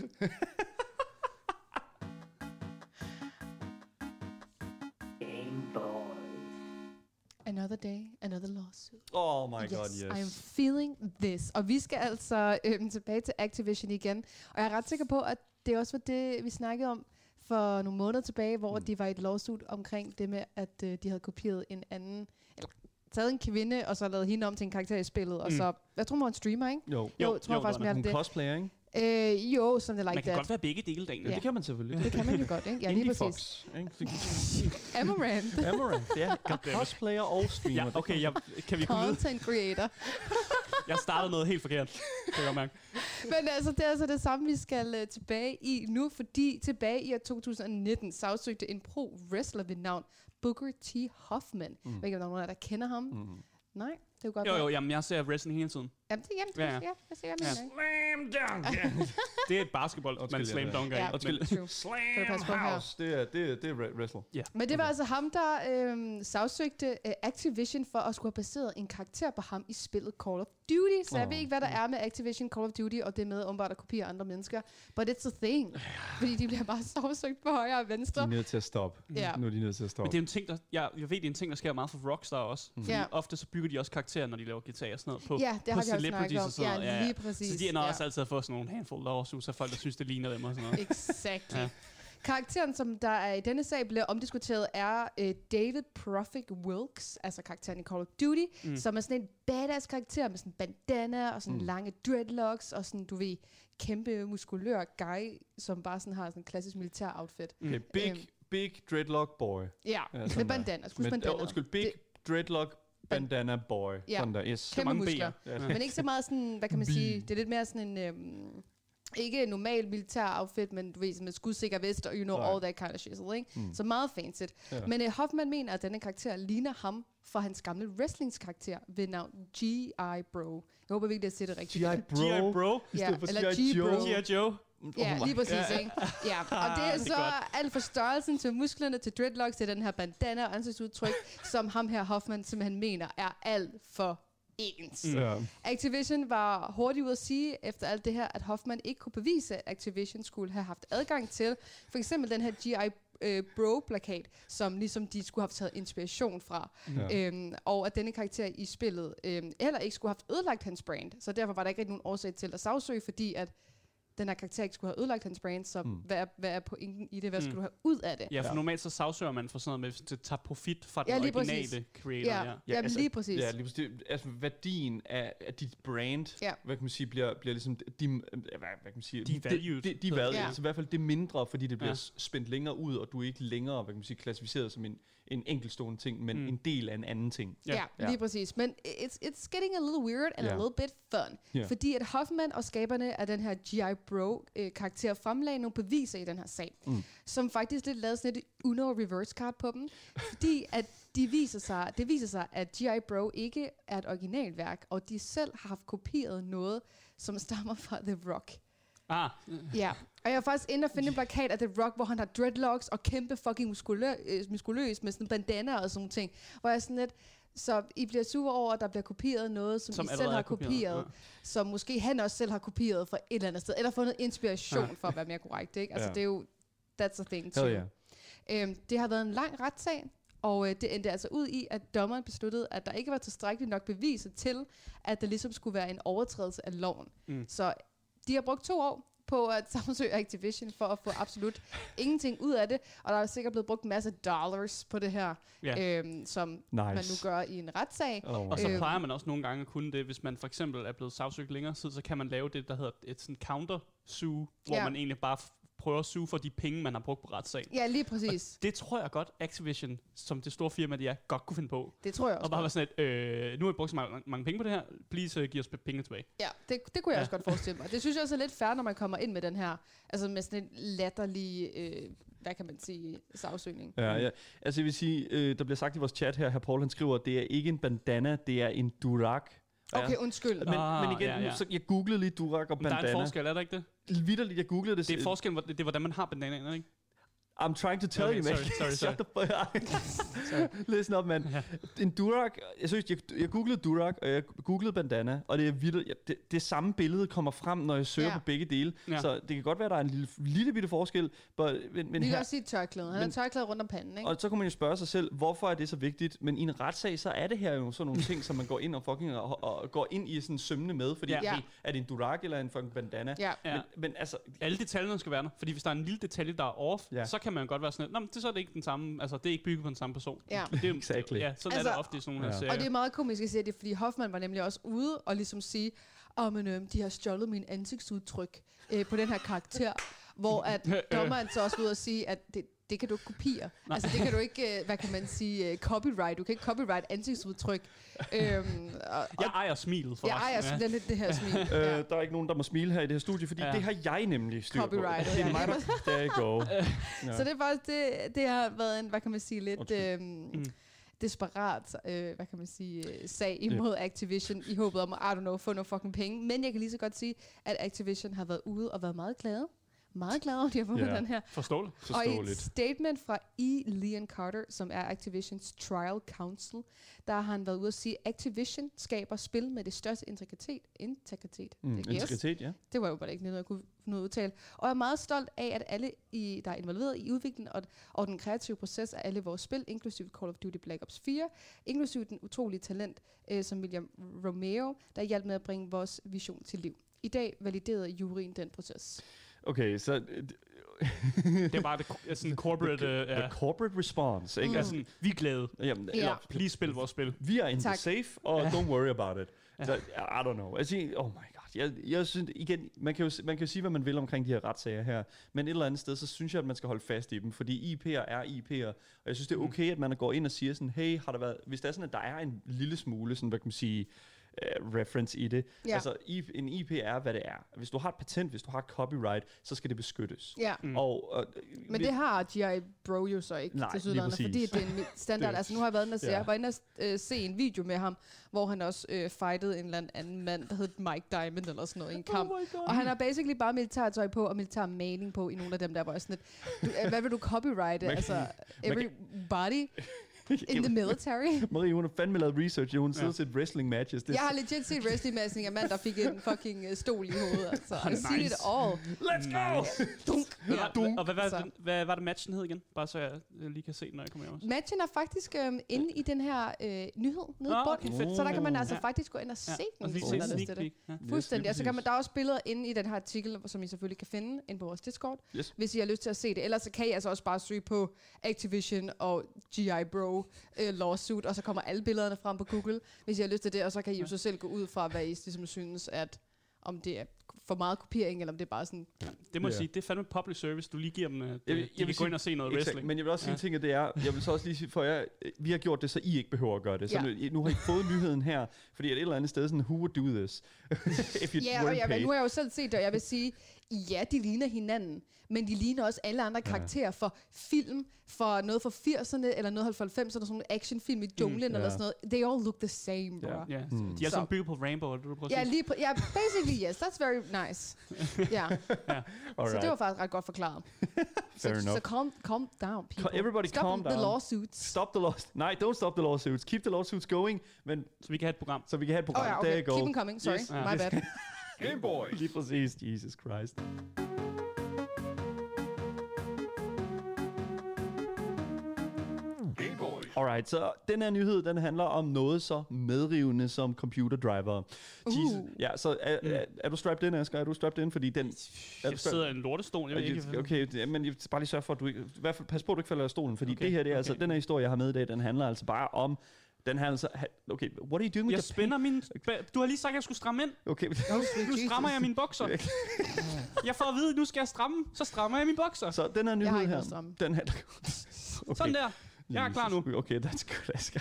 Speaker 3: Another day, another lawsuit.
Speaker 2: Oh my
Speaker 3: Yes,
Speaker 2: god,
Speaker 3: I am
Speaker 2: yes.
Speaker 3: feeling this. Og vi skal altså øhm, tilbage til Activision igen. Og jeg er ret sikker på, at det også var det, vi snakkede om for nogle måneder tilbage, hvor
Speaker 2: Mm.
Speaker 3: de var i et lawsuit omkring det med, at øh, de havde kopieret en anden, eller taget en kvinde, og så lavet hende om til en karakter i spillet. Og
Speaker 4: Mm.
Speaker 3: så, jeg tror, hun var en streamer, ikke?
Speaker 2: Jo.
Speaker 3: Jo,
Speaker 4: Jo,
Speaker 3: jeg tror
Speaker 4: jo,
Speaker 3: faktisk
Speaker 4: det var
Speaker 3: mere
Speaker 2: En
Speaker 3: om det.
Speaker 2: cosplayer, ikke?
Speaker 3: Øh, jo, som det like
Speaker 4: Man kan
Speaker 3: that.
Speaker 4: godt være begge dele, Daniel.
Speaker 3: Ja.
Speaker 2: Det kan man selvfølgelig.
Speaker 3: Det kan man jo godt, ikke? Ja, lige
Speaker 2: Indie
Speaker 3: præcis.
Speaker 2: Fox, ikke?
Speaker 3: Amaranth.
Speaker 2: Amaranth, ja. Cosplayer og streamer.
Speaker 4: Ja, okay, jeg, kan vi komme videre?
Speaker 3: Content creator.
Speaker 4: Jeg startede noget helt forkert. Det kan jeg godt mærke.
Speaker 3: Men altså, det er altså det samme, vi skal uh, tilbage i nu, fordi tilbage i år to tusind nitten sagsøgte en pro-wrestler ved navn Booker T. Hoffman.
Speaker 2: Mm.
Speaker 3: Jeg ved ikke, om der er nogen, der kender ham.
Speaker 2: Mm.
Speaker 3: Nej, det er jo godt.
Speaker 4: Jo, jo,
Speaker 3: være.
Speaker 4: jamen, jeg ser wrestling hele tiden.
Speaker 3: Jamen, det, jamen, det,
Speaker 4: Ja,
Speaker 3: ja,
Speaker 4: ja.
Speaker 3: ja. jeg ser, jeg
Speaker 4: Ja.
Speaker 3: mener, ikke?
Speaker 2: Slam dunk!
Speaker 4: Det er et basketball,
Speaker 2: Undskyld,
Speaker 4: man slam
Speaker 2: ja.
Speaker 4: dunker
Speaker 3: Ja,
Speaker 4: i.
Speaker 2: Undskyld.
Speaker 4: Men-
Speaker 3: True. Kan du
Speaker 2: Slam
Speaker 3: passe på her?
Speaker 2: House! Det er, det er, det er re- wrestle.
Speaker 3: Men det var
Speaker 2: Okay.
Speaker 3: altså ham, der øhm, sagsøgte uh, Activision for at skulle have baseret en karakter på ham i spillet Call of Duty. Så jeg
Speaker 2: Åh.
Speaker 3: ved ikke, hvad der er med Activision Call of Duty, og det med åbenbart at kopiere andre mennesker. But it's a thing. Fordi de bliver bare sagsøgt på højre og
Speaker 2: De er
Speaker 3: venstre.
Speaker 2: nødt til at stoppe.
Speaker 3: Ja.
Speaker 2: Nu er de nødt til at
Speaker 4: Men
Speaker 2: stoppe.
Speaker 4: det er en ting, der, jeg, jeg ved, det er en ting, der sker meget for Rockstar også.
Speaker 2: Mhm.
Speaker 4: Fordi
Speaker 3: Ja.
Speaker 4: ofte så bygger de også karakterer, når de laver guitar og sådan noget på.
Speaker 3: Ja, det
Speaker 4: på
Speaker 3: har vi også
Speaker 4: celebrities
Speaker 3: snakket om.
Speaker 4: og sådan noget.
Speaker 3: Ja,
Speaker 4: Ja, ja.
Speaker 3: lige præcis.
Speaker 4: Så de ender
Speaker 3: ja.
Speaker 4: også altid at få sådan nogle handful lawsuits af folk, der synes, det ligner dem og sådan noget.
Speaker 3: Exactly.
Speaker 4: Ja.
Speaker 3: Karakteren, som der er i denne sag bliver omdiskuteret, er øh, David Proffick Wilkes, altså karakteren i Call of Duty,
Speaker 4: Mm.
Speaker 3: mm. som er sådan en badass karakter med sådan bandana og sådan
Speaker 2: Mm.
Speaker 3: mm. lange dreadlocks og sådan, du ved, kæmpe muskulør guy, som bare sådan har sådan en klassisk militær outfit.
Speaker 2: Okay, big,
Speaker 3: Øhm.
Speaker 2: big dreadlock boy.
Speaker 3: Ja,
Speaker 2: Ja,
Speaker 3: med
Speaker 2: sådan der.
Speaker 3: bandana. Skus
Speaker 2: Men,
Speaker 3: bandana.
Speaker 2: oh, undskyld, big
Speaker 3: Det-
Speaker 2: dreadlock bandana boy.
Speaker 3: Ja.
Speaker 2: Sådan der, yes.
Speaker 3: Kæmpe
Speaker 4: mange
Speaker 3: muskler.
Speaker 4: B'er.
Speaker 2: Ja.
Speaker 3: Men ikke så meget sådan, hvad kan man
Speaker 2: Bi.
Speaker 3: sige, det er lidt mere sådan en, øhm, ikke en normal militær outfit, men du ved, med skudsikker vest og you know,
Speaker 2: Nej.
Speaker 3: all that kind of shit, ikke?
Speaker 2: Mm.
Speaker 3: Så meget fancy.
Speaker 2: Ja.
Speaker 3: Men uh, Hoffman mener, at denne karakter ligner ham fra hans gamle wrestlingskarakter ved navn G I. Bro. Jeg håber virkelig, at jeg siger det rigtigt.
Speaker 2: G I Bro.
Speaker 4: G I Bro.
Speaker 2: I
Speaker 3: Ja,
Speaker 2: stedet for
Speaker 3: eller
Speaker 2: G I
Speaker 3: G
Speaker 2: Joe.
Speaker 3: Bro.
Speaker 4: G I Joe.
Speaker 3: Ja,
Speaker 2: Oh
Speaker 3: lige
Speaker 2: my-
Speaker 3: præcis,
Speaker 2: Ja.
Speaker 3: ikke? Ja, og det er
Speaker 4: Det er
Speaker 3: så
Speaker 4: godt.
Speaker 3: alt fra størrelsen til musklerne til dreadlocks til den her bandana og ansigtsudtryk, som ham her Hoffman simpelthen mener er alt for ens.
Speaker 4: Mm.
Speaker 2: Ja.
Speaker 3: Activision var hurtigt ud at sige efter alt det her, at Hoffman ikke kunne bevise, at Activision skulle have haft adgang til for eksempel den her G I øh, Bro-plakat, som ligesom de skulle have taget inspiration fra.
Speaker 2: Ja.
Speaker 3: Øhm, og at denne karakter i spillet øhm, heller ikke skulle have haft ødelagt hans brand. Så derfor var der ikke rigtig nogen årsag til at sagsøge, fordi at den her karakter ikke skulle have ødelagt hans brand, så mm. hvad, er, hvad er pointen i det? Hvad
Speaker 4: Mm.
Speaker 3: skal du have ud af det?
Speaker 4: Ja, for
Speaker 2: Ja.
Speaker 4: normalt så sagsøger man for sådan noget med, hvis det tager profit fra
Speaker 3: Ja,
Speaker 4: den
Speaker 3: lige
Speaker 4: originale
Speaker 3: præcis.
Speaker 4: creator.
Speaker 3: Ja,
Speaker 4: Ja.
Speaker 3: ja, ja
Speaker 2: altså,
Speaker 3: lige præcis.
Speaker 2: Ja, lige præcis. Det- Altså, værdien af, af dit brand,
Speaker 3: Ja.
Speaker 2: hvad kan man sige, bliver, bliver ligesom, de, hvad, hvad kan man sige,
Speaker 4: Devalued.
Speaker 2: De, de, de, de
Speaker 3: Ja.
Speaker 2: altså i hvert fald det er mindre, fordi det bliver
Speaker 4: Ja.
Speaker 2: ja. spændt længere ud, og du er ikke længere, hvad kan man sige, klassificeret som en, en enkeltstående ting, men
Speaker 4: Mm.
Speaker 2: mm. en del af en anden ting.
Speaker 3: Ja,
Speaker 4: Ja.
Speaker 3: ja, lige præcis. Men it's, it's getting a little weird and
Speaker 2: Ja.
Speaker 3: a little bit fun.
Speaker 2: Ja.
Speaker 3: Fordi at Hoffman og skaberne af den her G I. Bro-karakter fremlagde nogle beviser i den her sag,
Speaker 2: Mm.
Speaker 3: som faktisk lidt lavede sådan et Uno reverse card på dem. Fordi at de viser sig, det viser sig, at G I. Bro ikke er et originalværk, og de selv har haft kopieret noget, som stammer fra The Rock.
Speaker 4: Ah,
Speaker 3: Ja, og jeg var faktisk inde og finde en plakat af The Rock, hvor han har dreadlocks og kæmpe fucking muskulø- øh, muskuløs med sådan bandana og sådan nogle ting. Hvor jeg sådan lidt, så I bliver sure over, at der bliver kopieret noget, som,
Speaker 4: Som
Speaker 3: I selv
Speaker 4: allerede
Speaker 3: har
Speaker 4: er kopieret,
Speaker 3: kopieret,
Speaker 4: ja.
Speaker 3: som måske han også selv har kopieret fra et eller andet sted, eller fundet inspiration
Speaker 4: Ja.
Speaker 3: for at være mere korrekt, ikke? Altså
Speaker 2: Ja.
Speaker 3: det er jo, that's a thing too.
Speaker 2: Hell yeah.
Speaker 3: Øhm, det har været en lang retssag, og øh, det endte altså ud i, at dommeren besluttede, at der ikke var tilstrækkeligt nok beviser til, at det ligesom skulle være en overtrædelse af loven.
Speaker 4: Mm.
Speaker 3: Så de har brugt to år på at sammensøge Activision for at få absolut ingenting ud af det, og der er sikkert blevet brugt en masse dollars på det her,
Speaker 4: ja.
Speaker 3: øhm, som
Speaker 2: Nice.
Speaker 3: man nu gør i en retssag.
Speaker 2: Oh.
Speaker 4: Og så
Speaker 3: Øh,
Speaker 4: plejer man også nogle gange at kunne det, hvis man for eksempel er blevet sagsøgt længere tid, så kan man lave det, der hedder et sådan counter-sue, hvor
Speaker 3: Ja.
Speaker 4: man egentlig bare f- prøver at sue for de penge, man har brugt på retssagen.
Speaker 3: Ja, lige præcis.
Speaker 4: Det tror jeg godt, Activision, som det store firma, de er, godt kunne finde på.
Speaker 3: Det tror jeg også.
Speaker 4: Og bare være
Speaker 3: godt.
Speaker 4: sådan et, øh, nu har jeg brugt så mange, mange penge på det her, please uh, giv os penge tilbage.
Speaker 3: Ja, det, det kunne jeg
Speaker 4: Ja.
Speaker 3: også godt forestille mig. Det synes jeg også er lidt fair, når man kommer ind med den her, altså med sådan en latterlig, øh, hvad kan man sige, sagsøgning.
Speaker 2: Ja, ja. Altså jeg vil sige, øh, der bliver sagt i vores chat her, her Paul han skriver, at det er ikke en bandana, det er en durak. Og
Speaker 3: Okay,
Speaker 2: jeg-
Speaker 3: undskyld.
Speaker 2: Men,
Speaker 4: Ah,
Speaker 2: men igen,
Speaker 4: ja, ja.
Speaker 2: Så jeg googlede lige durak og
Speaker 4: Men der er
Speaker 2: bandana.
Speaker 4: en forskel, er der ikke det?
Speaker 2: Vitterligt, jeg googlede det.
Speaker 4: Det er forskellen, hvor- det er hvordan man har bandanaer, ikke?
Speaker 2: I'm trying to tell
Speaker 4: Okay,
Speaker 2: you, man.
Speaker 4: sorry, sorry, sorry.
Speaker 2: Shut the
Speaker 4: Sorry.
Speaker 2: fuck Listen up, man.
Speaker 4: Ja.
Speaker 2: En durak, jeg synes, jeg, jeg googlede durak, og jeg googlede bandana, og det er vildt, ja, det, det samme billede kommer frem, når jeg søger
Speaker 3: Ja.
Speaker 2: på begge dele.
Speaker 4: Ja.
Speaker 2: Så det kan godt være, der er en lille, lille bitte forskel, but, men, men
Speaker 3: Vi kan
Speaker 2: her,
Speaker 3: også sige tørklæde. Han har
Speaker 2: men-
Speaker 3: tørklæde rundt om panden, ikke?
Speaker 2: og så kunne man jo spørge sig selv, hvorfor er det så vigtigt? Men i en retssag, så er det her jo sådan nogle ting, som man går ind og fucking og, og går ind i sådan sømne med, fordi
Speaker 4: Ja.
Speaker 2: ja. hey, er det en durak eller en fucking bandana?
Speaker 3: Ja.
Speaker 4: Ja.
Speaker 2: Men, men altså,
Speaker 4: Alle detaljerne skal være der, fordi hvis der er en lille detalje, der er off,
Speaker 2: Ja.
Speaker 4: så kan man godt være sådan, Nå, men det er så er det ikke den samme, altså det er ikke bygget på den samme person.
Speaker 3: Ja.
Speaker 4: Det er,
Speaker 2: Exactly.
Speaker 4: Ja, sådan
Speaker 3: Altså-
Speaker 4: er det ofte i sådan nogle
Speaker 2: Ja.
Speaker 4: her serier.
Speaker 3: Og det er meget komisk at se det, fordi Hoffman var nemlig også ude og ligesom sige, åh, oh, men øh, de har stjålet min ansigtsudtryk øh, på den her karakter, hvor at dommeren så også var ude og sige, at det, det kan du ikke kopiere.
Speaker 4: Nej.
Speaker 3: Altså det kan du ikke, øh, hvad kan man sige, øh, copyright. Du kan ikke copyright ansigtsudtryk. øhm, og, og
Speaker 4: Jeg ejer smilet for
Speaker 3: jeg ejer
Speaker 4: resten.
Speaker 3: ja. lidt det her smil.
Speaker 2: øh,
Speaker 3: Ja.
Speaker 2: der er ikke nogen, der må smile her i det her studie, fordi
Speaker 4: Ja.
Speaker 2: ja. det har jeg nemlig styr på.
Speaker 3: Copyrightet,
Speaker 2: Det er
Speaker 3: ja.
Speaker 2: mig, der... There you go. Ja.
Speaker 3: Så det er faktisk, det, det har været en, hvad kan man sige, lidt
Speaker 2: Undskyld.
Speaker 3: øhm,
Speaker 4: Mm.
Speaker 3: desperat, øh, hvad kan man sige, øh, sag imod Activision, i håbet om, I don't know, få nogle fucking penge. Men jeg kan lige så godt sige, at Activision har været ude og været meget glade. Meget glade over, at de har vundet
Speaker 2: Ja.
Speaker 3: den her.
Speaker 4: Forståeligt.
Speaker 3: Og i et
Speaker 2: Forståeligt.
Speaker 3: statement fra E. Leon Carter, som er Activisions trial counsel, der har han været ude at sige, at Activision skaber spil med det største integritet. Integritet.
Speaker 2: Mm,
Speaker 3: Det- yes.
Speaker 2: integritet, ja.
Speaker 3: Det var jo bare ikke noget, jeg kunne finde ud af at udtale. Og jeg er meget stolt af, at alle, i, der er involveret i udviklingen og, og den kreative proces af alle vores spil, inklusive Call of Duty Black Ops fire, inklusive den utrolige talent, øh, som William Romero, der hjalp med at bringe vores vision til liv. I dag validerede juryen den proces.
Speaker 2: Okay, så... øh,
Speaker 4: Det er bare det, er sådan corporate, uh,
Speaker 2: The
Speaker 4: ja.
Speaker 2: corporate response, ikke?
Speaker 3: Mm.
Speaker 2: Altså,
Speaker 4: Altså, vi er glade.
Speaker 2: jamen,
Speaker 3: Ja.
Speaker 2: eller,
Speaker 4: Please spil vores spil.
Speaker 2: vi er in
Speaker 3: Tak.
Speaker 2: the safe, og
Speaker 4: Ja.
Speaker 2: don't worry about it.
Speaker 4: Ja.
Speaker 2: Så, I don't know. Altså, oh my god. Jeg, jeg synes, igen, man kan, jo, man kan jo sige, hvad man vil omkring de her retssager her, men et eller andet sted, så synes jeg, at man skal holde fast i dem, fordi I P'er er I P'er, og jeg synes, det er
Speaker 4: Mm.
Speaker 2: okay, at man går ind og siger sådan, hey, har der været, hvis det er sådan, at der er en lille smule, sådan, hvad kan man sige, uh, reference i det.
Speaker 3: Ja.
Speaker 2: Altså, I, en I P er, hvad det er. Hvis du har et patent, hvis du har et copyright, så skal det beskyttes.
Speaker 3: Ja.
Speaker 4: Mm.
Speaker 2: Og, og,
Speaker 3: Men det har G I. Bro jo så ikke,
Speaker 2: Nej,
Speaker 3: til sydlandet,
Speaker 2: lige
Speaker 3: fordi
Speaker 2: præcis.
Speaker 3: det er en standard.
Speaker 2: Det-
Speaker 3: altså nu har jeg været inde og se,
Speaker 2: ja.
Speaker 3: jeg var inde og øh, se en video med ham, hvor han også øh, fightede en eller anden mand, der hed Mike Diamond eller sådan noget, i en kamp.
Speaker 2: Oh my God.
Speaker 3: Og han har basically bare militærtøj på, og militær maling på i nogle af dem der, hvor jeg sådan lidt, du, øh, hvad vil du copyrighte?
Speaker 2: Man-
Speaker 3: altså,
Speaker 2: man kan-
Speaker 3: everybody? In the military.
Speaker 2: Marie, hun har fandme lavet research, hun sidder ja. til wrestling matches. Det
Speaker 3: jeg har legit set wrestling matches af mand, der fik en fucking uh, stol i hovedet. Altså. Oh, nice. I see it all.
Speaker 2: Let's go!
Speaker 4: Nice.
Speaker 3: Dunk.
Speaker 4: Ja. Dunk. Og hvad, hvad, hvad, hvad var det matchen hed igen? Bare så jeg lige kan se, når jeg kommer hjem også.
Speaker 3: Matchen er faktisk øhm, inde i den her øh, nyhed nede oh, okay,
Speaker 2: fedt.
Speaker 3: Så der kan man altså ja. faktisk gå ind og
Speaker 4: ja.
Speaker 3: se
Speaker 4: og
Speaker 3: den.
Speaker 4: se sneak peek.
Speaker 3: Ja. Fuldstændig. Og så kan man, der er også billeder inde i den her artikel, som I selvfølgelig kan finde inde på vores Discord,
Speaker 2: yes.
Speaker 3: hvis I har lyst til at se det. Ellers så kan I altså også bare søge på Activision og G I Bro uh, lawsuit, og så kommer alle billederne frem på Google, hvis I har lyst til det, og så kan I jo så selv gå ud fra, hvad I ligesom synes, at om det er for meget kopiering, eller om det er bare sådan...
Speaker 4: Ja, det må jeg
Speaker 2: yeah.
Speaker 4: sige, det er fandme public service, du lige giver dem, at
Speaker 2: jeg,
Speaker 4: de
Speaker 2: jeg
Speaker 4: kan
Speaker 2: vil
Speaker 4: gå ind og se noget
Speaker 2: exakt,
Speaker 4: wrestling.
Speaker 2: Men jeg vil også
Speaker 4: ja.
Speaker 2: sige ting, at det er, jeg vil så også lige sige, for jer, vi har gjort det, så I ikke behøver at gøre det. Så
Speaker 3: ja.
Speaker 2: nu, nu har I fået nyheden her, fordi at et eller andet sted sådan, who would do this? If you
Speaker 3: ja, og jeg, men nu har jeg jo selv set det, og jeg vil sige, ja, de ligner hinanden, men de ligner også alle andre karakterer ja. for film, for noget fra firserne, eller noget fra halvfemserne, sådan nogle actionfilm i junglen, mm, eller yeah. sådan noget. They all look the same, bro.
Speaker 4: Ja, yeah. mm. De er sådan bygget på Rainbow, du prøver
Speaker 3: ja, lige på, ja, basically yes, that's very nice. Ja. yeah. Så det var faktisk ret godt forklaret.
Speaker 2: Fair
Speaker 3: so,
Speaker 2: enough.
Speaker 3: So calm, calm down, people.
Speaker 2: Everybody
Speaker 3: stop
Speaker 2: calm
Speaker 3: the
Speaker 2: down.
Speaker 3: lawsuits.
Speaker 2: Stop the lawsuits. Nej, don't stop the lawsuits. Keep the lawsuits going. Men
Speaker 4: så vi kan have et program.
Speaker 2: Så vi kan have et program.
Speaker 3: Oh, yeah, okay.
Speaker 2: There you go.
Speaker 3: Keep them coming. Sorry,
Speaker 2: yes.
Speaker 3: yeah. my bad.
Speaker 2: Game Boy. Lige præcis. Jesus Christ. Alright, så den her nyhed, den handler om noget så medrivende som computer driver.
Speaker 3: Uh.
Speaker 2: Jesus. Ja, så er, mm. er, er du strapped in, Asger? Er du strapped in? Fordi den...
Speaker 4: Jeg er sidder i en lortestol, jeg ved ikke.
Speaker 2: Okay, men jeg bare lige sørge for, at du ikke... I hvert fald pas på, at du ikke falder af stolen, fordi okay. det her, det er okay. altså... Den her historie, jeg har med i dag, den handler altså bare om... Den handler altså... Okay, what are you doing with
Speaker 4: jeg
Speaker 2: the
Speaker 4: spænder min... Du har lige sagt, at jeg skulle stramme ind.
Speaker 2: Okay.
Speaker 4: Nu strammer jeg mine bukser. Jeg får at vide, at nu skal jeg stramme. Så strammer jeg mine bukser.
Speaker 2: Så den her nyhed her... Den her...
Speaker 4: Okay. Sådan der. Jeg er klar nu.
Speaker 2: Okay, that's good, Asger.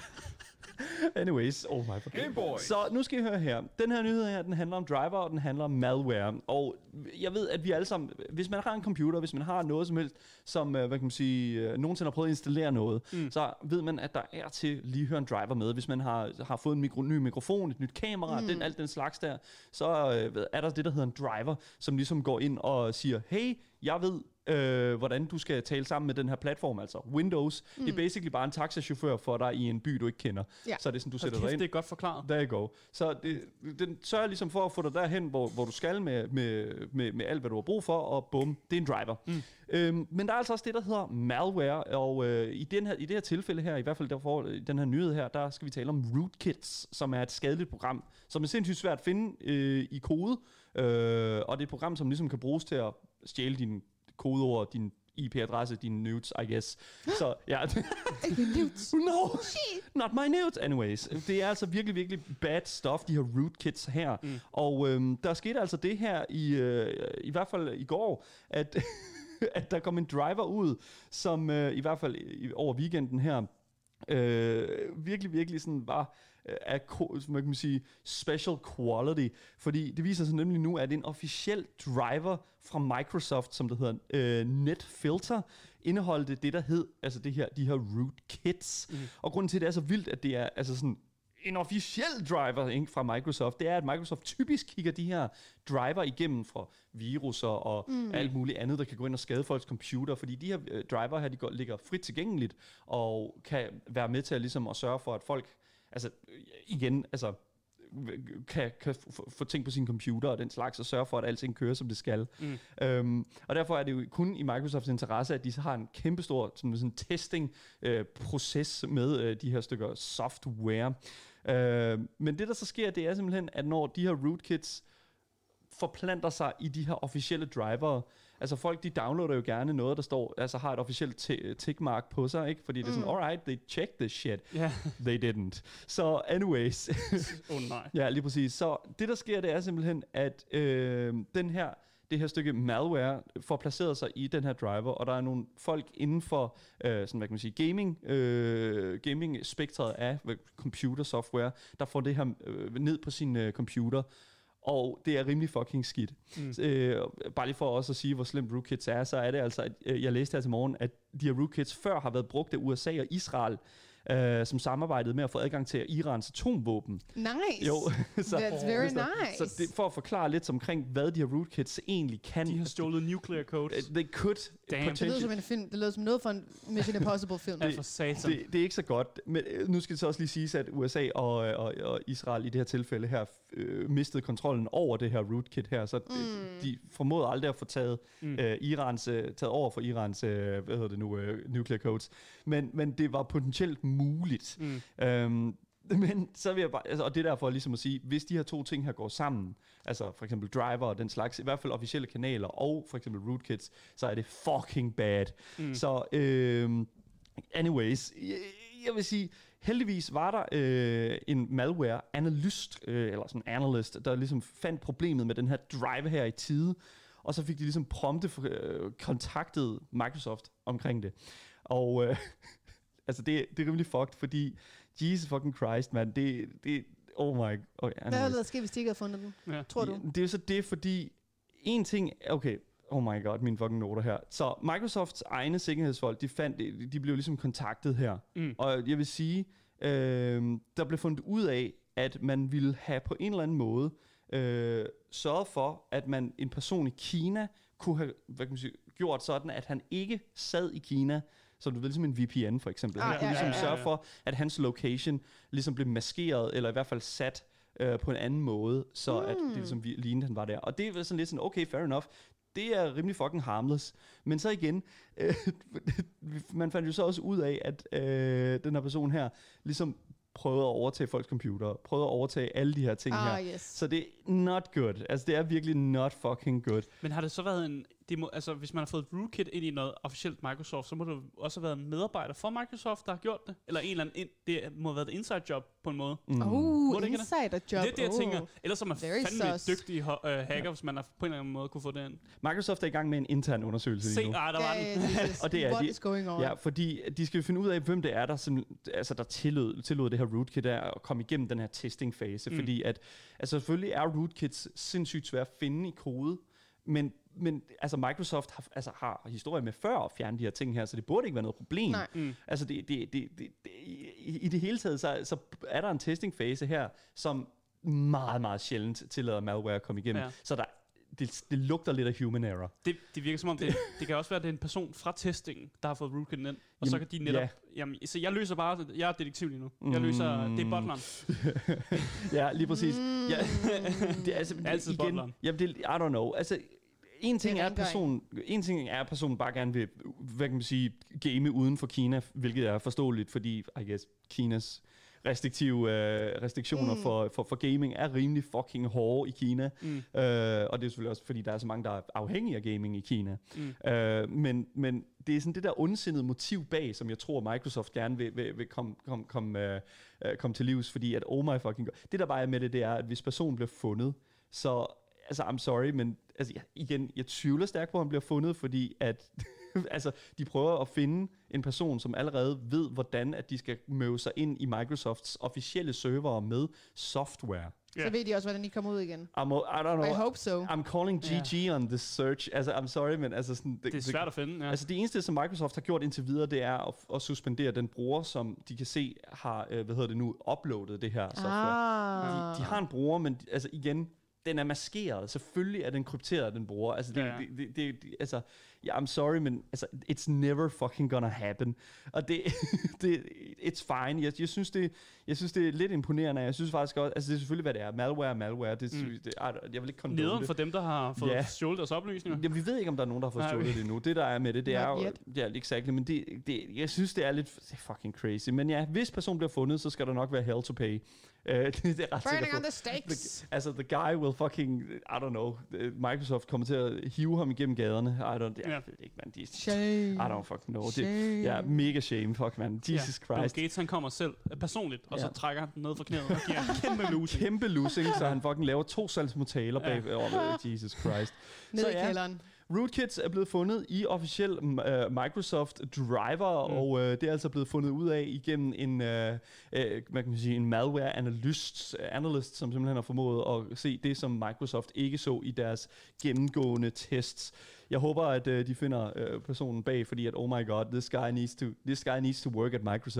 Speaker 2: Anyways, oh my god. Så nu skal I høre her. Den her nyhed her, den handler om driver, og den handler om malware. Og jeg ved, at vi alle sammen, hvis man har en computer, hvis man har noget som helst, som, hvad kan man sige, nogensinde har prøvet at installere noget, mm. så ved man, at der er til lige høre en driver med. Hvis man har, har fået en mikro, ny mikrofon, et nyt kamera, mm. den, alt den slags der, så øh, er der det, der hedder en driver, som ligesom går ind og siger, hey, jeg ved, Øh, hvordan du skal tale sammen med den her platform, altså Windows. Mm. Det er basically bare en taxachauffør for dig i en by, du ikke kender.
Speaker 3: Ja.
Speaker 2: Så er det sådan, du sætter
Speaker 4: okay,
Speaker 2: dig ind.
Speaker 4: Det er godt forklaret.
Speaker 2: There you go. Så det, den sørger ligesom for at få dig derhen, hvor, hvor du skal med, med, med, med alt, hvad du har brug for, og bum, det er en driver. Mm. Øhm, men der er altså også det, der hedder malware, og øh, i, den her, i det her tilfælde her, i hvert fald derfor, i den her nyhed her, der skal vi tale om rootkits, som er et skadeligt program, som er sindssygt svært at finde øh, i kode, øh, og det er et program, som ligesom kan bruges til at stjæle dine kodeord, din I P-adresse, dine nudes, I guess. Så ja.
Speaker 3: Nudes?
Speaker 2: No, not my nudes. Anyways, det er altså virkelig, virkelig bad stuff, de her rootkits her. Mm. Og øhm, der skete altså det her i, øh, i hvert fald i går, at, at der kom en driver ud, som øh, i hvert fald i, over weekenden her, øh, virkelig, virkelig sådan var af, man kan sige, special quality, fordi det viser sig nemlig nu, at en officiel driver fra Microsoft, som det hedder øh, NetFilter, indeholdte det, der hed, altså det her, de her rootkits. Mm. Og grunden til, at det er så vildt, at det er altså sådan en officiel driver, ikke, fra Microsoft, det er, at Microsoft typisk kigger de her driver igennem fra viruser og mm. alt muligt andet, der kan gå ind og skade folks computer, fordi de her øh, driver her, de går, ligger frit tilgængeligt, og kan være med til at, ligesom, at sørge for, at folk altså igen, altså kan, kan f- få ting på sin computer og den slags, og sørge for, at alting kører, som det skal. Mm. Øhm, og derfor er det jo kun i Microsofts interesse, at de har en kæmpestor sådan, sådan testing-proces øh, med øh, de her stykker software. Øh, men det, der så sker, det er simpelthen, at når de her rootkits forplanter sig i de her officielle driver. Altså folk, de downloader jo gerne noget, der står, altså har et officielt t- tickmark på sig, ikke? Fordi det er sådan, mm. alright, they checked this shit. Yeah. They didn't. Så anyways.
Speaker 4: Åh oh, nej.
Speaker 2: Ja, lige præcis. Så det, der sker, det er simpelthen, at øh, den her, det her stykke malware får placeret sig i den her driver, og der er nogle folk inden for, øh, sådan, hvad kan man sige, gaming, øh, gaming-spektret af computer software, der får det her øh, ned på sin øh, computer. Og det er rimelig fucking skidt. Mm. Øh, bare lige for også at sige, hvor slemt rootkits er, så er det altså, at øh, jeg læste her til morgen, at de her rootkits før har været brugt af U S A og Israel øh, som samarbejdede med at få adgang til Irans atomvåben.
Speaker 3: Nice.
Speaker 2: Jo, så,
Speaker 3: That's very
Speaker 2: så,
Speaker 3: nice.
Speaker 2: så det, for at forklare lidt omkring, hvad de her rootkits egentlig kan.
Speaker 4: De har stjålet nuclear codes.
Speaker 2: They could
Speaker 4: Damn.
Speaker 3: Det lyder som en film. Det lyder som noget fra en Mission Impossible film.
Speaker 4: Ja, for satan.
Speaker 2: Det, det er ikke så godt, men øh, nu skal det så også lige siges, at U S A og, og, og Israel i det her tilfælde her øh, mistede kontrollen over det her rootkit her, så mm. de formåede aldrig at få taget mm. øh, Irans øh, taget over for Irans øh, hvad hedder det nu øh, nuclear codes, men men det var potentielt muligt. Mm. Øhm, men så vil jeg bare, altså, og det er derfor ligesom at sige, hvis de her to ting her går sammen, altså for eksempel driver og den slags, i hvert fald officielle kanaler og for eksempel rootkits, så er det fucking bad. Mm. Så øh, anyways, jeg, jeg vil sige, heldigvis var der øh, en malware analyst, øh, eller sådan analyst, der ligesom fandt problemet med den her drive her i tide, og så fik de ligesom prompte øh, kontaktet Microsoft omkring det. Og øh, altså det, det er rimelig fucked, fordi Jesus fucking Christ, man, det, det, oh my, okay.
Speaker 3: Hvad ville der ske, hvis de ikke havde fundet den, ja. tror du?
Speaker 2: Det, det er jo så det, fordi en ting, okay, oh my god, mine fucking noter her. Så Microsofts egne sikkerhedsfolk, de fandt, de, de blev ligesom kontaktet her. Mm. Og jeg vil sige, øh, der blev fundet ud af, at man ville have på en eller anden måde øh, sørget for, at man, en person i Kina, kunne have hvad kan man sige, gjort sådan, at han ikke sad i Kina, så du ved, ligesom en V P N for eksempel.
Speaker 3: Ah,
Speaker 2: Han kunne
Speaker 3: ja,
Speaker 2: ligesom
Speaker 3: ja, ja,
Speaker 2: sørge
Speaker 3: ja.
Speaker 2: for, at hans location ligesom blev maskeret, eller i hvert fald sat øh, på en anden måde, så mm. at det ligesom lignede, han var der. Og det var sådan lidt sådan, okay, fair enough. Det er rimelig fucking harmless. Men så igen, øh, man fandt jo så også ud af, at øh, den her person her ligesom prøvede at overtage folks computer, prøvede at overtage alle de her ting
Speaker 3: ah,
Speaker 2: her.
Speaker 3: Yes.
Speaker 2: Så det er not good. Altså, det er virkelig not fucking good.
Speaker 4: Men har det så været en... Det må, altså, hvis man har fået et rootkit ind i noget officielt Microsoft, så må det også have været en medarbejder for Microsoft, der har gjort det. Eller en eller anden... Ind, det må have været et inside job på en måde.
Speaker 3: Mm. Uh, insider job.
Speaker 4: Det er det, jeg
Speaker 3: oh.
Speaker 4: tænker. Ellers er man
Speaker 3: Very
Speaker 4: fandme
Speaker 3: sus.
Speaker 4: dygtig uh, hacker, ja. Hvis man har på en eller anden måde kunne få det ind.
Speaker 2: Microsoft er i gang med en intern undersøgelse lige nu.
Speaker 4: Se, ah, der var den.
Speaker 2: Og det er
Speaker 3: What
Speaker 2: de,
Speaker 3: is going on?
Speaker 2: Ja, fordi de skal jo finde ud af, hvem det er, der, som, altså, der tillod, tillod det her rootkit der at komme igennem den her testing-fase. Mm. Fordi at, altså selvfølgelig er rootkits sindssygt svært at finde i kode, men men altså Microsoft har, altså, har historie med før at fjerne de her ting her, så det burde ikke være noget problem.
Speaker 3: Nej.
Speaker 2: Mm. Altså det, det, det, det, det, i, i det hele taget, så, så er der en testing-fase her, som meget, meget sjældent tillader malware at komme igennem. Ja. Så der, det, det lugter lidt af human error.
Speaker 4: Det, det virker som om, det, det kan også være, at det er en person fra testingen, der har fået rootkitten ind, og jamen, så kan de netop... Ja. Jamen, så jeg løser bare... Jeg er detektiv lige nu. Jeg løser... Mm. Det er butleren.
Speaker 2: Ja, lige præcis. Mm. Ja, det er altså... Det,
Speaker 4: altid
Speaker 2: igen,
Speaker 4: butleren.
Speaker 2: Jamen, det, I don't know. Altså... En ting, er, at personen, en ting er, at personen bare gerne vil, hvad kan man sige, game uden for Kina, hvilket er forståeligt, fordi, I guess, Kinas restriktive øh, restriktioner mm. for, for, for gaming er rimelig fucking hårde i Kina. Mm. Øh, og det er selvfølgelig også, fordi der er så mange, der er afhængige af gaming i Kina. Mm. Øh, men, men det er sådan det der ondsindede motiv bag, som jeg tror, Microsoft gerne vil, vil, vil komme kom, kom, øh, kom til livs, fordi at, oh my fucking god. Det der bare er med det, det er, at hvis personen bliver fundet, så altså, I'm sorry, men altså, jeg, igen, jeg tvivler stærkt på, at han bliver fundet, fordi at altså, de prøver at finde en person, som allerede ved, hvordan at de skal møve sig ind i Microsofts officielle servere med software.
Speaker 3: Yeah. Så ved de også, hvordan de kommer ud igen.
Speaker 2: I'm, I don't know.
Speaker 3: I hope so.
Speaker 2: I'm calling G G yeah. on this search. Altså, I'm sorry, men altså sådan...
Speaker 4: Det, det er svært at finde, ja.
Speaker 2: Altså, det eneste, som Microsoft har gjort indtil videre, det er at, at suspendere den bruger, som de kan se har, øh, hvad hedder det nu, uploadet det her software.
Speaker 3: Ah.
Speaker 2: De, de har en bruger, men altså igen... Den er maskeret. Selvfølgelig er den krypteret, den bruger. Altså, det, ja, ja. Det, det, det, det, altså, yeah, I'm sorry, men altså, it's never fucking gonna happen. Og det, det it's fine. Jeg, jeg, synes, det, jeg synes, det er lidt imponerende. Jeg synes faktisk også, altså det er selvfølgelig, hvad det er. Malware, malware. Det, mm. det, jeg vil ikke condone det.
Speaker 4: Nederen for dem, der har fået yeah. stjålet deres oplysninger.
Speaker 2: Ja, vi ved ikke, om der er nogen, der har fået stjålet det endnu. Det, der er med det, det er jo... Ja, exakt. Men det, det, jeg synes, det er lidt det er fucking crazy. Men ja, hvis personen bliver fundet, så skal der nok være hell to pay. Uh, det, det er ret
Speaker 3: Burning on the stakes.
Speaker 2: The, altså, the guy will fucking, I don't know, Microsoft kommer til at hive ham igennem gaderne. I don't, jeg ved ikke, man. De,
Speaker 3: shame.
Speaker 2: I don't fucking know. Det, ja, mega shame, fuck, man. Jesus
Speaker 4: ja,
Speaker 2: Christ.
Speaker 4: Bill Gates, han kommer selv personligt, og ja. så trækker han den ned fra knæet og giver en kæmpe losing.
Speaker 2: Kæmpe losing, så han fucking laver to salgsmotaler ja. bag over. Jesus Christ.
Speaker 3: Ned
Speaker 2: så,
Speaker 3: i
Speaker 2: ja,
Speaker 3: kælderen.
Speaker 2: Rootkits er blevet fundet i officiel uh, Microsoft Driver, mm. og uh, det er altså blevet fundet ud af igennem en, uh, uh, hvad kan man sige, en malware analyst, uh, analyst, som simpelthen har formået at se det, som Microsoft ikke så i deres gennemgående tests. Jeg håber, at uh, de finder uh, personen bag, fordi at, oh my god, this guy needs to, this guy needs to work at Microsoft.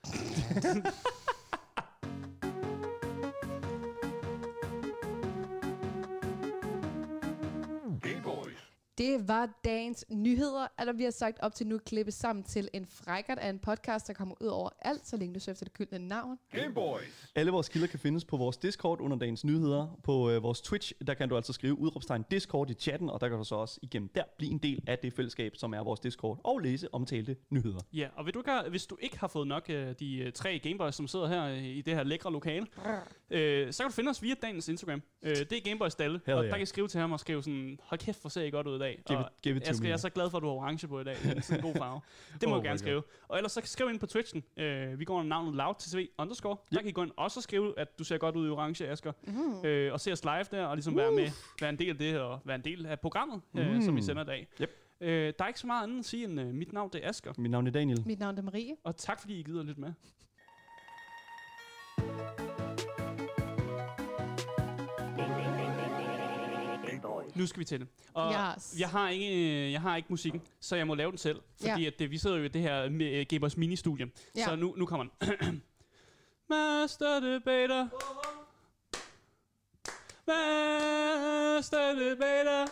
Speaker 3: Det var dagens nyheder, at der vi har sagt op til nu klippet sammen til en frækkert af en podcast, der kommer ud over alt, så længe du søger efter det gyldne navn.
Speaker 2: Gameboys. Alle vores kilder kan findes på vores Discord under dagens nyheder. På øh, vores Twitch, der kan du altså skrive udråbstegn Discord i chatten, og der kan du så også igennem der blive en del af det fællesskab, som er vores Discord, og læse omtalte nyheder.
Speaker 4: Ja, og hvis du ikke har, hvis du ikke har fået nok øh, de øh, tre Gameboys, som sidder her øh, i det her lækre lokale, øh, så kan du finde os via dagens Instagram. Øh, det er Gameboys Dalle,
Speaker 2: Hell
Speaker 4: og
Speaker 2: yeah.
Speaker 4: der kan I skrive til ham og skrive sådan, hold kæft, hvor ser I godt ud i dag.
Speaker 2: Give
Speaker 4: og
Speaker 2: it, give it to
Speaker 4: jeg, skal,
Speaker 2: me.
Speaker 4: jeg er så glad for, at du har orange på i dag. Det er sådan en god farve. Det må
Speaker 2: Oh
Speaker 4: du gerne
Speaker 2: my
Speaker 4: skrive. Og ellers så skriv ind på Twitchen. Øh, vi går under navnet loudtv underscore.
Speaker 2: Yep.
Speaker 4: Der kan I gå ind og så skrive, at du ser godt ud i orange, Asger.
Speaker 3: Mm.
Speaker 4: Øh, og se os live der, og ligesom
Speaker 2: Uh.
Speaker 4: være med, være en del af det, og være en del af programmet, øh,
Speaker 2: Mm.
Speaker 4: som vi sender i dag.
Speaker 2: Yep.
Speaker 4: Øh, der er ikke så meget andet at sige end, øh, mit navn det er Asger.
Speaker 2: Mit navn er Daniel.
Speaker 3: Mit navn er Marie.
Speaker 4: Og tak fordi I gider at lytte med. Nu skal vi til det. Og
Speaker 3: Yes.
Speaker 4: jeg, har ikke, jeg har ikke musikken, så jeg må lave den selv. Fordi
Speaker 3: Ja.
Speaker 4: at det, vi sidder jo i det her uh, Gamers Mini-studie.
Speaker 3: Ja.
Speaker 4: Så nu, nu kommer den. Master Debater. Master Debater.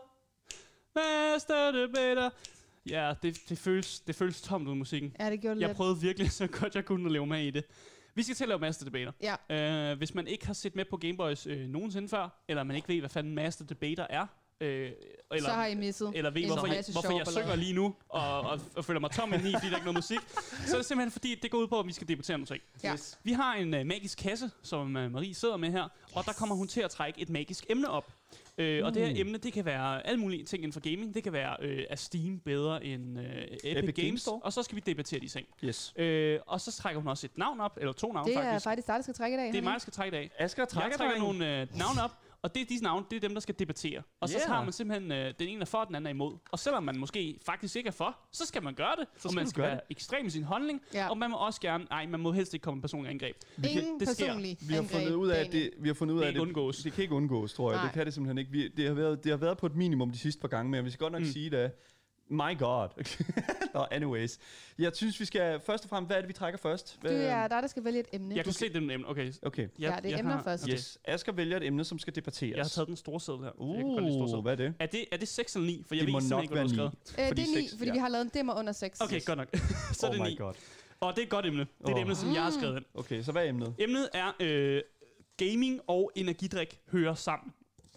Speaker 4: Master Debater. Ja, det, det, føles, det føles tomt ud musikken.
Speaker 3: Ja, det gjorde det
Speaker 4: Jeg
Speaker 3: lidt.
Speaker 4: prøvede virkelig så godt jeg kunne at leve med i det. Vi skal til at lave Master Debater.
Speaker 3: Ja.
Speaker 4: Uh, hvis man ikke har set med på Gameboys øh, nogensinde før, eller man ikke ved, hvad fanden Master Debater er, øh, eller,
Speaker 3: Så har I misset
Speaker 4: eller ved,
Speaker 3: en
Speaker 4: hvorfor, jeg,
Speaker 3: masse
Speaker 4: hvorfor
Speaker 3: sjov
Speaker 4: jeg
Speaker 3: ballade.
Speaker 4: synger lige nu, og, og, og føler mig tom indeni, fordi der ikke er noget musik, så er det simpelthen fordi, det går ud på, at vi skal debattere nogle ting.
Speaker 3: Ja.
Speaker 2: Yes.
Speaker 4: Vi har en uh, magisk kasse, som uh, Marie sidder med her, og der kommer hun til at trække et magisk emne op. Øh, og det her
Speaker 2: Uh.
Speaker 4: emne, det kan være alle mulige ting inden for gaming. Det kan være, øh, er Steam bedre end øh, Epic, Epic Games?
Speaker 2: Games Store.
Speaker 4: Og så skal vi debattere de ting.
Speaker 2: Yes.
Speaker 4: Øh, og så trækker hun også et navn op, eller to navne
Speaker 3: Det er
Speaker 4: faktisk.
Speaker 3: faktisk dig, der skal trække i dag.
Speaker 4: Det er mig, der skal trække i dag.
Speaker 2: Asger trækker,
Speaker 4: Jeg trækker nogle øh, navne op, og det er disse navne, det er dem, der skal debattere. Og så
Speaker 2: Yeah.
Speaker 4: har man simpelthen, øh, den ene er for, den anden er imod. Og selvom man måske faktisk ikke er for, så skal man gøre det.
Speaker 2: Så
Speaker 4: og
Speaker 2: skal
Speaker 4: man
Speaker 2: du
Speaker 4: skal
Speaker 2: gøre
Speaker 4: være
Speaker 2: det.
Speaker 4: ekstrem i sin holdning.
Speaker 3: Ja.
Speaker 4: Og man må også gerne, nej, man må helst ikke komme med personlig angreb.
Speaker 3: Ingen
Speaker 4: det sker.
Speaker 3: personlig
Speaker 2: Vi har
Speaker 3: angreb,
Speaker 2: fundet ud af, at
Speaker 3: Daniel.
Speaker 2: det, vi har fundet ud
Speaker 4: Det
Speaker 2: af,
Speaker 4: kan
Speaker 2: at
Speaker 4: ikke undgås.
Speaker 2: det kan ikke undgås, tror jeg.
Speaker 3: Nej.
Speaker 2: Det kan det simpelthen ikke. Vi, det, har været, det har været på et minimum de sidste par gange, men jeg vil godt nok
Speaker 4: Mm.
Speaker 2: mm. sige det. My God. Nå, anyways. Jeg synes, vi skal først og fremmest, hvad er det, vi trækker først?
Speaker 3: Du er dig, der skal vælge et emne.
Speaker 4: Jeg kan se det emne. Okay.
Speaker 2: Okay.
Speaker 3: Ja, det er
Speaker 4: jeg
Speaker 3: emner
Speaker 4: har,
Speaker 3: først.
Speaker 4: Okay.
Speaker 2: Yes. Asger vælger et emne, som skal debatteres.
Speaker 4: Jeg har taget den store sædel her. Jeg kan godt lide store
Speaker 2: Uh,
Speaker 4: sædel.
Speaker 2: hvad er det?
Speaker 4: Er det, er det seks eller ni? For jeg
Speaker 2: Det
Speaker 4: ved
Speaker 2: må
Speaker 4: simpelthen
Speaker 2: nok
Speaker 4: ikke, hvad du har
Speaker 2: være
Speaker 4: skrevet.
Speaker 3: Øh,
Speaker 2: fordi
Speaker 3: det er ni,
Speaker 2: seks-
Speaker 3: fordi
Speaker 2: ja.
Speaker 3: vi har lavet en dimmer under seks.
Speaker 4: Okay, godt nok. så er
Speaker 2: Oh
Speaker 4: det
Speaker 2: my
Speaker 4: ni.
Speaker 2: God.
Speaker 4: Og det er et godt emne. Det er et
Speaker 2: Åh.
Speaker 4: emne, som jeg har skrevet ind.
Speaker 2: Okay, så hvad er emnet?
Speaker 4: Emnet er, øh, gaming og energidrik hører sammen.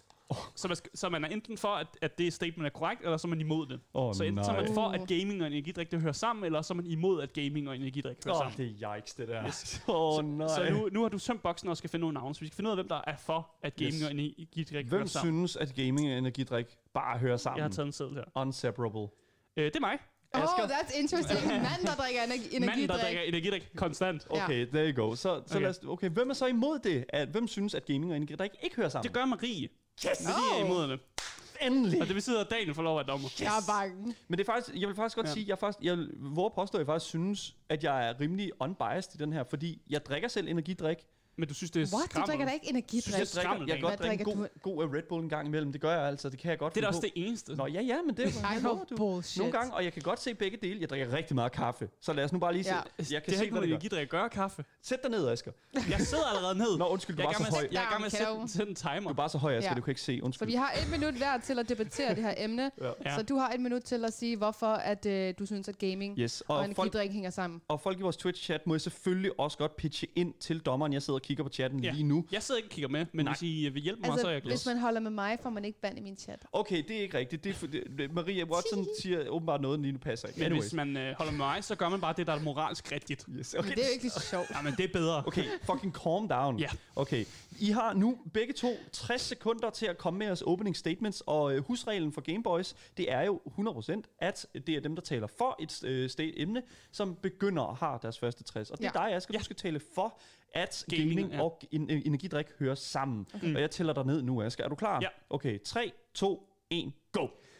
Speaker 4: Så man, skal, så man er enten for, at, at det statement er korrekt, eller så er man imod det.
Speaker 2: Åh,
Speaker 4: så enten så er man
Speaker 3: nej.
Speaker 4: for, at gaming og energidrik det hører sammen, eller så er man imod, at gaming og energidrik hører
Speaker 2: Åh,
Speaker 4: sammen.
Speaker 2: det er yikes, det der.
Speaker 4: Yes.
Speaker 2: Åh, oh, nej.
Speaker 4: Så nu, nu har du tømt boksen og skal finde nogle navne, så vi skal finde ud af, hvem der er for, at gaming
Speaker 2: Yes.
Speaker 4: og energidrik
Speaker 2: Hvem
Speaker 4: hører sammen.
Speaker 2: synes, at gaming og energidrik bare hører sammen?
Speaker 4: Jeg har taget en seddel her.
Speaker 2: Unseparable.
Speaker 4: Øh, det er mig.
Speaker 3: Oh,
Speaker 2: Asger?
Speaker 3: that's interesting. Mand, der drikker energi-
Speaker 4: Manden, der
Speaker 3: energidrik.
Speaker 4: drikker energidrik konstant.
Speaker 3: Ja.
Speaker 2: Okay, there you go. Så, så
Speaker 4: Okay.
Speaker 2: okay. Lad os, okay, hvem er så imod det? At, hvem synes, at gaming og energidrik ikke hører sammen?
Speaker 4: Det gør Marie.
Speaker 2: Yes!
Speaker 4: Fordi jeg er
Speaker 3: Oh.
Speaker 4: imod det.
Speaker 2: Endelig!
Speaker 4: Og det betyder, at Daniel får lov at være dommer.
Speaker 3: Jeg er bange.
Speaker 2: Men det er faktisk, jeg vil faktisk godt
Speaker 4: Ja.
Speaker 2: ja. sige, jeg, er faktisk, jeg våger påstå, at jeg faktisk synes, at jeg er rimelig unbiased i den her, fordi jeg drikker selv energidrik.
Speaker 4: Men du synes, det er
Speaker 3: What? Du
Speaker 4: skræmmende.
Speaker 3: drikker da ikke energidrik?
Speaker 2: Jeg, drikker,
Speaker 4: Skrammel,
Speaker 2: jeg kan
Speaker 3: Hvad
Speaker 2: godt drikke en
Speaker 3: drikker
Speaker 2: god, god uh, Red Bull en gang imellem. Det gør jeg altså. Det kan jeg godt
Speaker 4: Det er da
Speaker 2: finde
Speaker 4: også
Speaker 2: på.
Speaker 4: det eneste.
Speaker 2: Nå, ja, ja, men det er
Speaker 3: I
Speaker 2: hvad
Speaker 3: know
Speaker 2: lover du?
Speaker 3: bullshit.
Speaker 2: Nogle gange, og jeg kan godt se begge dele. Jeg drikker rigtig meget kaffe. Så lad os nu bare lige se.
Speaker 3: Ja.
Speaker 2: Jeg kan
Speaker 4: det har
Speaker 2: se,
Speaker 4: ikke
Speaker 2: hvad
Speaker 4: noget
Speaker 2: det gør.
Speaker 4: energidrik at gøre, kaffe.
Speaker 2: Sæt dig ned, Asger.
Speaker 4: Jeg sidder allerede ned.
Speaker 2: Nå, undskyld, du
Speaker 4: jeg
Speaker 2: var
Speaker 4: er
Speaker 2: så
Speaker 4: i gang med
Speaker 2: høj.
Speaker 4: at- Jeg er i gang med at sætte,
Speaker 3: Down,
Speaker 4: sætte en timer.
Speaker 2: Du er bare så høj, Asger,
Speaker 3: Ja.
Speaker 2: du kan ikke se.
Speaker 3: Så
Speaker 2: Undskyld.
Speaker 3: vi har et minut hver til at debattere det her emne.
Speaker 2: Ja.
Speaker 4: Ja.
Speaker 3: Så du har et minut til at sige, hvorfor at, øh, du synes, at gaming
Speaker 2: Yes,
Speaker 3: og,
Speaker 2: og folk,
Speaker 3: energidrik hænger sammen.
Speaker 2: og folk i vores Twitch-chat må I selvfølgelig også godt pitche ind til dommeren. Jeg sidder og kigger på chatten
Speaker 4: Ja.
Speaker 2: lige nu.
Speaker 4: Jeg sidder ikke og kigger med, men
Speaker 2: Nej.
Speaker 4: hvis I vil hjælpe mig, så er
Speaker 3: Altså,
Speaker 4: jeg glad.
Speaker 3: hvis man holder med mig, får man ikke band i min chat.
Speaker 2: Okay, det er ikke rigtigt. Det er for, det, Maria Watson siger åbenbart noget, den lige nu passer ikke.
Speaker 4: Men
Speaker 2: Anyways.
Speaker 4: hvis man øh, holder med mig, så gør man bare det, der er moralsk rigtigt.
Speaker 2: Yes,
Speaker 3: Men
Speaker 2: okay.
Speaker 3: det er jo ikke lige så sjovt.
Speaker 4: Ja, men det er bedre.
Speaker 2: Okay, fucking calm down.
Speaker 4: Ja.
Speaker 2: Okay, I har nu begge to tres sekunder til at komme med jeres opening statements, og øh, husreglen for Gameboys, det er jo hundrede procent, at det er dem, der taler for et øh, state emne, som begynder at have deres første tres. Og det er
Speaker 3: Ja.
Speaker 2: dig, Asger,
Speaker 4: Ja.
Speaker 2: du skal tale for, at
Speaker 4: Gaming,
Speaker 2: gaming,
Speaker 4: ja.
Speaker 2: og en, øh, energidrik hører sammen.
Speaker 4: Okay.
Speaker 2: Og jeg tæller dig ned nu, Asger. Er du klar?
Speaker 4: Ja.
Speaker 2: Okay, tre, to, et, go!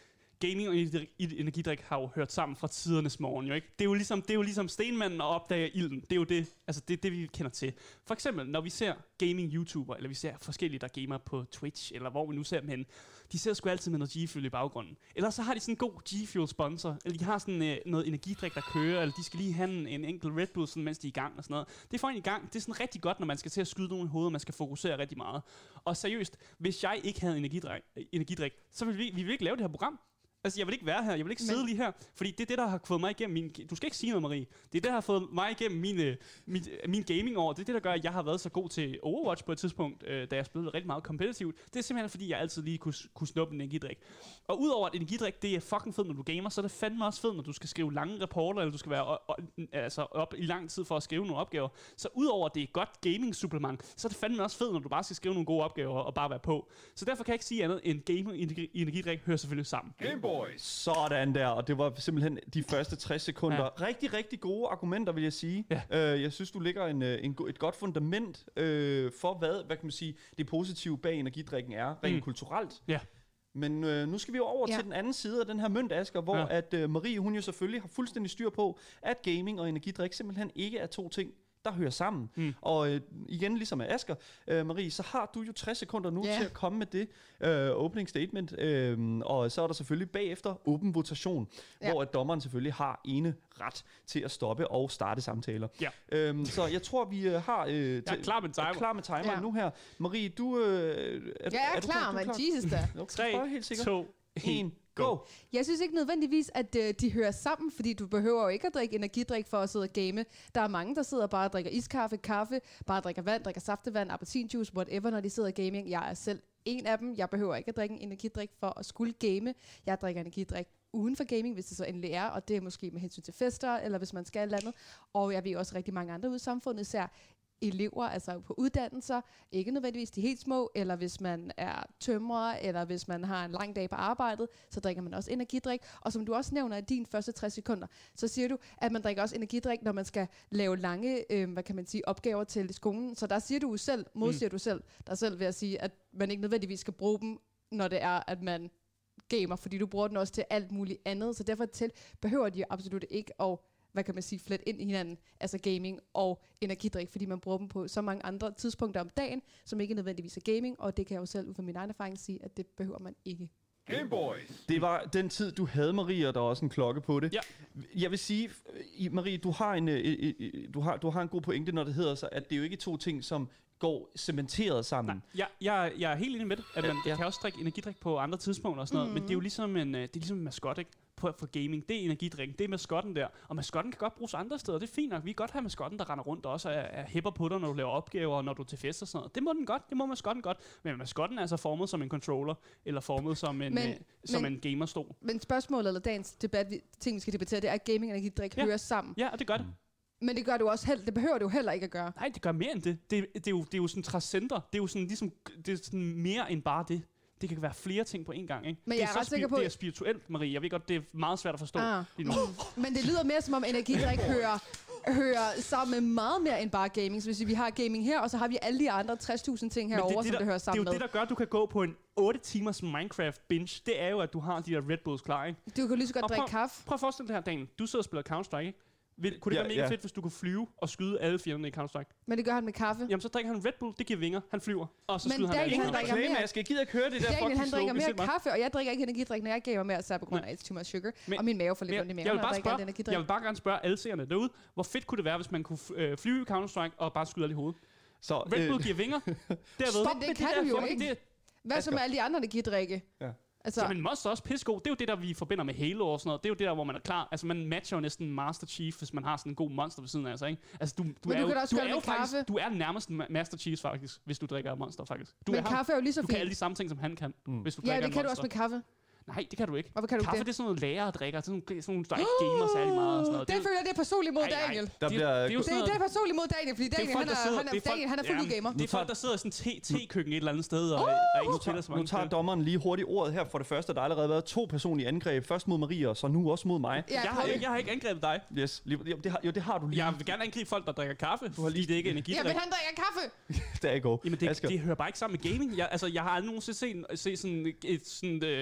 Speaker 4: gaming og energidrik har jo hørt sammen fra tidernes morgen, jo ikke? Det er jo ligesom, det er jo ligesom stenmanden og opdager ilden. Det er jo det, altså det, det, vi kender til. For eksempel, når vi ser gaming-YouTuber, eller vi ser forskellige, der gamer på Twitch, eller hvor vi nu ser dem hen, de ser sgu altid med noget G-Fuel i baggrunden. Eller så har de sådan en god G-Fuel-sponsor, eller de har sådan øh, noget energidrik, der kører, eller de skal lige have en, en enkelt Red Bull, sådan, mens de er i gang og sådan noget. Det får en i gang. Det er sådan rigtig godt, når man skal til at skyde nogen i hovedet, og man skal fokusere rigtig meget. Og seriøst, hvis jeg ikke havde energidrik, energidrik så ville vi, vi ville ikke lave det her program. Altså, jeg vil ikke være her. Jeg vil ikke sidde Men. lige her. Fordi det er det, der har fået mig igennem min... Du skal ikke sige noget, Marie. Det er det, der har fået mig igennem min, min, min gaming-år. Det er det, der gør, at jeg har været så god til Overwatch på et tidspunkt, øh, da jeg spillede rigtig meget competitivt. Det er simpelthen, fordi jeg altid lige kunne, kunne snuppe en energidrik. Og udover at energidrik, det er fucking fedt, når du gamer, så er det fandme også fedt, når du skal skrive lange rapporter, eller du skal være o- o- altså op i lang tid for at skrive nogle opgaver. Så udover at det er et godt gaming-supplement, så er det fandme også fedt, når du bare skal skrive nogle gode opgaver og bare være på. Så derfor kan jeg ikke sige andet end gaming og energidrik hører selvfølgelig sammen.
Speaker 2: Gameboys. Sådan der, og det var simpelthen de første tres sekunder. Ja. Rigtig, rigtig gode argumenter, vil jeg sige. Ja. Uh, jeg synes, du lægger en, en, et godt fundament uh, for, hvad, hvad kan man sige, det positive bag energidrikken er, rent mm. kulturelt.
Speaker 4: Ja.
Speaker 2: Men øh, nu skal vi jo over ja. til den anden side af den her mønt, Asger, hvor ja. at øh, Marie, hun jo selvfølgelig har fuldstændig styr på, at gaming og energidrik simpelthen ikke er to ting, der hører sammen. Mm. Og øh, igen, ligesom med Asger, øh, Marie, så har du jo tres sekunder nu yeah. til at komme med det øh, opening statement. Øh, og så er der selvfølgelig bagefter åben votation, ja. hvor at dommeren selvfølgelig har ene ret til at stoppe og starte samtaler. Ja. Øh, så jeg tror, vi øh, har... Øh,
Speaker 4: jeg er klar med timer.
Speaker 2: Klar med timer ja. nu her. Marie, du... Øh, er,
Speaker 3: jeg er, er klar, men Jesus da.
Speaker 4: tre, to,
Speaker 2: en... Go.
Speaker 3: Jeg synes ikke nødvendigvis, at øh, de hører sammen, fordi du behøver jo ikke at drikke energidrik for at sidde og game. Der er mange, der sidder og bare drikker iskaffe, kaffe, bare drikker vand, drikker saftevand, appelsinjuice, whatever, når de sidder og gaming. Jeg er selv en af dem. Jeg behøver ikke at drikke en energidrik for at skulle game. Jeg drikker energidrik uden for gaming, hvis det så endelig er, og det er måske med hensyn til fester, eller hvis man skal et eller andet. Og jeg ved også rigtig mange andre ude i samfundet, især elever, altså på uddannelser, ikke nødvendigvis de helt små, eller hvis man er tømrer, eller hvis man har en lang dag på arbejdet, så drikker man også energidrik. Og som du også nævner i dine første tres sekunder, så siger du, at man drikker også energidrik, når man skal lave lange, øh, hvad kan man sige, opgaver til i skolen. Så der siger du selv, modsiger mm. du selv, der selv ved at sige, at man ikke nødvendigvis skal bruge dem, når det er, at man gamer, fordi du bruger den også til alt muligt andet. Så derfor til behøver de absolut ikke at hvad kan man sige, flet ind i hinanden, altså gaming og energidrik, fordi man bruger dem på så mange andre tidspunkter om dagen, som ikke nødvendigvis er gaming, og det kan jeg jo selv ud fra min egen erfaring sige, at det behøver man ikke.
Speaker 2: Gameboys. Det var den tid, du havde, Marie, og der er også en klokke på det.
Speaker 4: Ja.
Speaker 2: Jeg vil sige, Marie, du har en, du har, du har en god pointe, når det hedder sig, at det er jo ikke to ting, som går cementeret sammen.
Speaker 4: Nej, jeg, jeg, jeg er helt enig med det, at man ja. kan også drikke energidrik på andre tidspunkter og sådan noget, mm. men det er jo ligesom en, det er ligesom en maskot, ikke? På, for gaming, det er energidrik, det er maskotten der, og maskotten kan godt bruges andre steder, det er fint nok, vi kan godt have maskotten, der render rundt og også er, er hæpper på dig, når du laver opgaver, og når du er til fest og sådan noget. Det må den godt, det må maskotten godt, men maskotten er altså formet som en controller, eller formet som en, men, øh, som men, en gamerstol.
Speaker 3: Men spørgsmålet, eller dagens debat, vi, ting vi skal debattere, det er, at gaming og energidrik ja. hører sammen.
Speaker 4: Ja, og det gør det.
Speaker 3: Men det gør du også heller, det behøver du heller ikke at gøre.
Speaker 4: Nej, det gør mere end det. Det, det, er, jo, det er jo sådan transcender, det er jo sådan ligesom, det er sådan mere end bare det. Det kan være flere ting på en gang, ikke?
Speaker 3: Men
Speaker 4: det
Speaker 3: jeg er, er ret sikker på...
Speaker 4: Det er spirituelt, Marie. Jeg ved godt, det er meget svært at forstå
Speaker 3: ah.
Speaker 4: lige nu.
Speaker 3: Men det lyder mere som om energidrik hører, hører sammen med meget mere end bare gaming. Så hvis vi har gaming her, og så har vi alle de andre tres tusind ting herovre, det, det, som det hører sammen med.
Speaker 4: Det er jo det, der gør, at du kan gå på en otte timers Minecraft binge. Det er jo, at du har de der Red Bulls klar, ikke?
Speaker 3: Du kan lige så godt
Speaker 4: og
Speaker 3: drikke
Speaker 4: prøv,
Speaker 3: kaffe.
Speaker 4: Prøv at forestille dig her, Daniel. Du sidder og spiller Counter-Strike, ikke? Vil, kunne det ja, være mega ja. fedt, hvis du kunne flyve og skyde alle fjenderne i Counter-Strike?
Speaker 3: Men det gør han med kaffe.
Speaker 4: Jamen, så drikker han Red Bull, det giver vinger. Han flyver, og så
Speaker 3: men
Speaker 4: skyder han alle.
Speaker 3: Men Daniel, han drikker mere...
Speaker 2: Jeg gider ikke høre det der
Speaker 3: Daniel,
Speaker 2: fucking
Speaker 3: han drikker
Speaker 2: slogan.
Speaker 3: mere kaffe, og jeg drikker ikke energidrik, når jeg gamer mere, så på grund af too much sugar. Men, og min mave får lidt ondt i maven,
Speaker 4: jeg vil, bare
Speaker 3: når jeg
Speaker 4: spørge,
Speaker 3: drikker
Speaker 4: jeg vil bare gerne spørge alle seerne derude, hvor fedt kunne det være, hvis man kunne øh, flyve i Counter-Strike og bare skyde alle i hovedet? Så, Red Bull øh, giver vinger. Derved.
Speaker 3: Men det kan du jo ikke. Hvad så med alle de andre energidrikke? Ja.
Speaker 4: Altså, ja, men Monster er også pissegod. Det er jo det, der vi forbinder med Halo og sådan noget. Det er jo det der, hvor man er klar. Altså, man matcher jo næsten Master Chief, hvis man har sådan en god monster ved siden af sig, ikke? Altså, du, du
Speaker 3: men
Speaker 4: er
Speaker 3: du
Speaker 4: jo,
Speaker 3: kan også
Speaker 4: du er jo
Speaker 3: faktisk,
Speaker 4: du er nærmest en Master Chief, faktisk, hvis du drikker Monster, faktisk. Du
Speaker 3: men
Speaker 4: er
Speaker 3: kaffe er jo lige så
Speaker 4: du
Speaker 3: fint.
Speaker 4: Du kan alle de samme ting, som han kan, mm. hvis du drikker
Speaker 3: ja, det kan
Speaker 4: Monster.
Speaker 3: du også med kaffe.
Speaker 4: Nej, det kan du ikke.
Speaker 3: Hvorfor kan du
Speaker 4: Kaffe,
Speaker 3: det?
Speaker 4: det er sådan noget lærer og drikker. Sådan nogle, sådan nogle der ikke gamer særlig meget og sådan noget.
Speaker 3: Det, det føler jeg, det er personligt mod Daniel.
Speaker 2: Der bliver, det,
Speaker 3: det, det, det er personligt mod Daniel, fordi Daniel, han er, han er, Daniel, han er fuldt gamer.
Speaker 4: Det er folk, der sidder i sådan en te-køkken et eller andet sted og ikke spiller så mange.
Speaker 2: Nu tager dommeren lige hurtigt ordet her. For det første, der har allerede været to personlige angreb. Først mod Maria, og så nu også mod mig.
Speaker 4: Jeg har, jeg har ikke angrebet dig.
Speaker 2: Yes, det har, jo, det har du lige.
Speaker 4: Jeg vil gerne angribe folk, der drikker kaffe, du har lige det ikke energidrik.
Speaker 3: Ja, men han drikker kaffe.
Speaker 2: Der er go.
Speaker 4: Jamen, det, det hører bare ikke sammen med gaming. Jeg, altså, jeg har aldrig nogensinde set, set sådan et, sådan et, et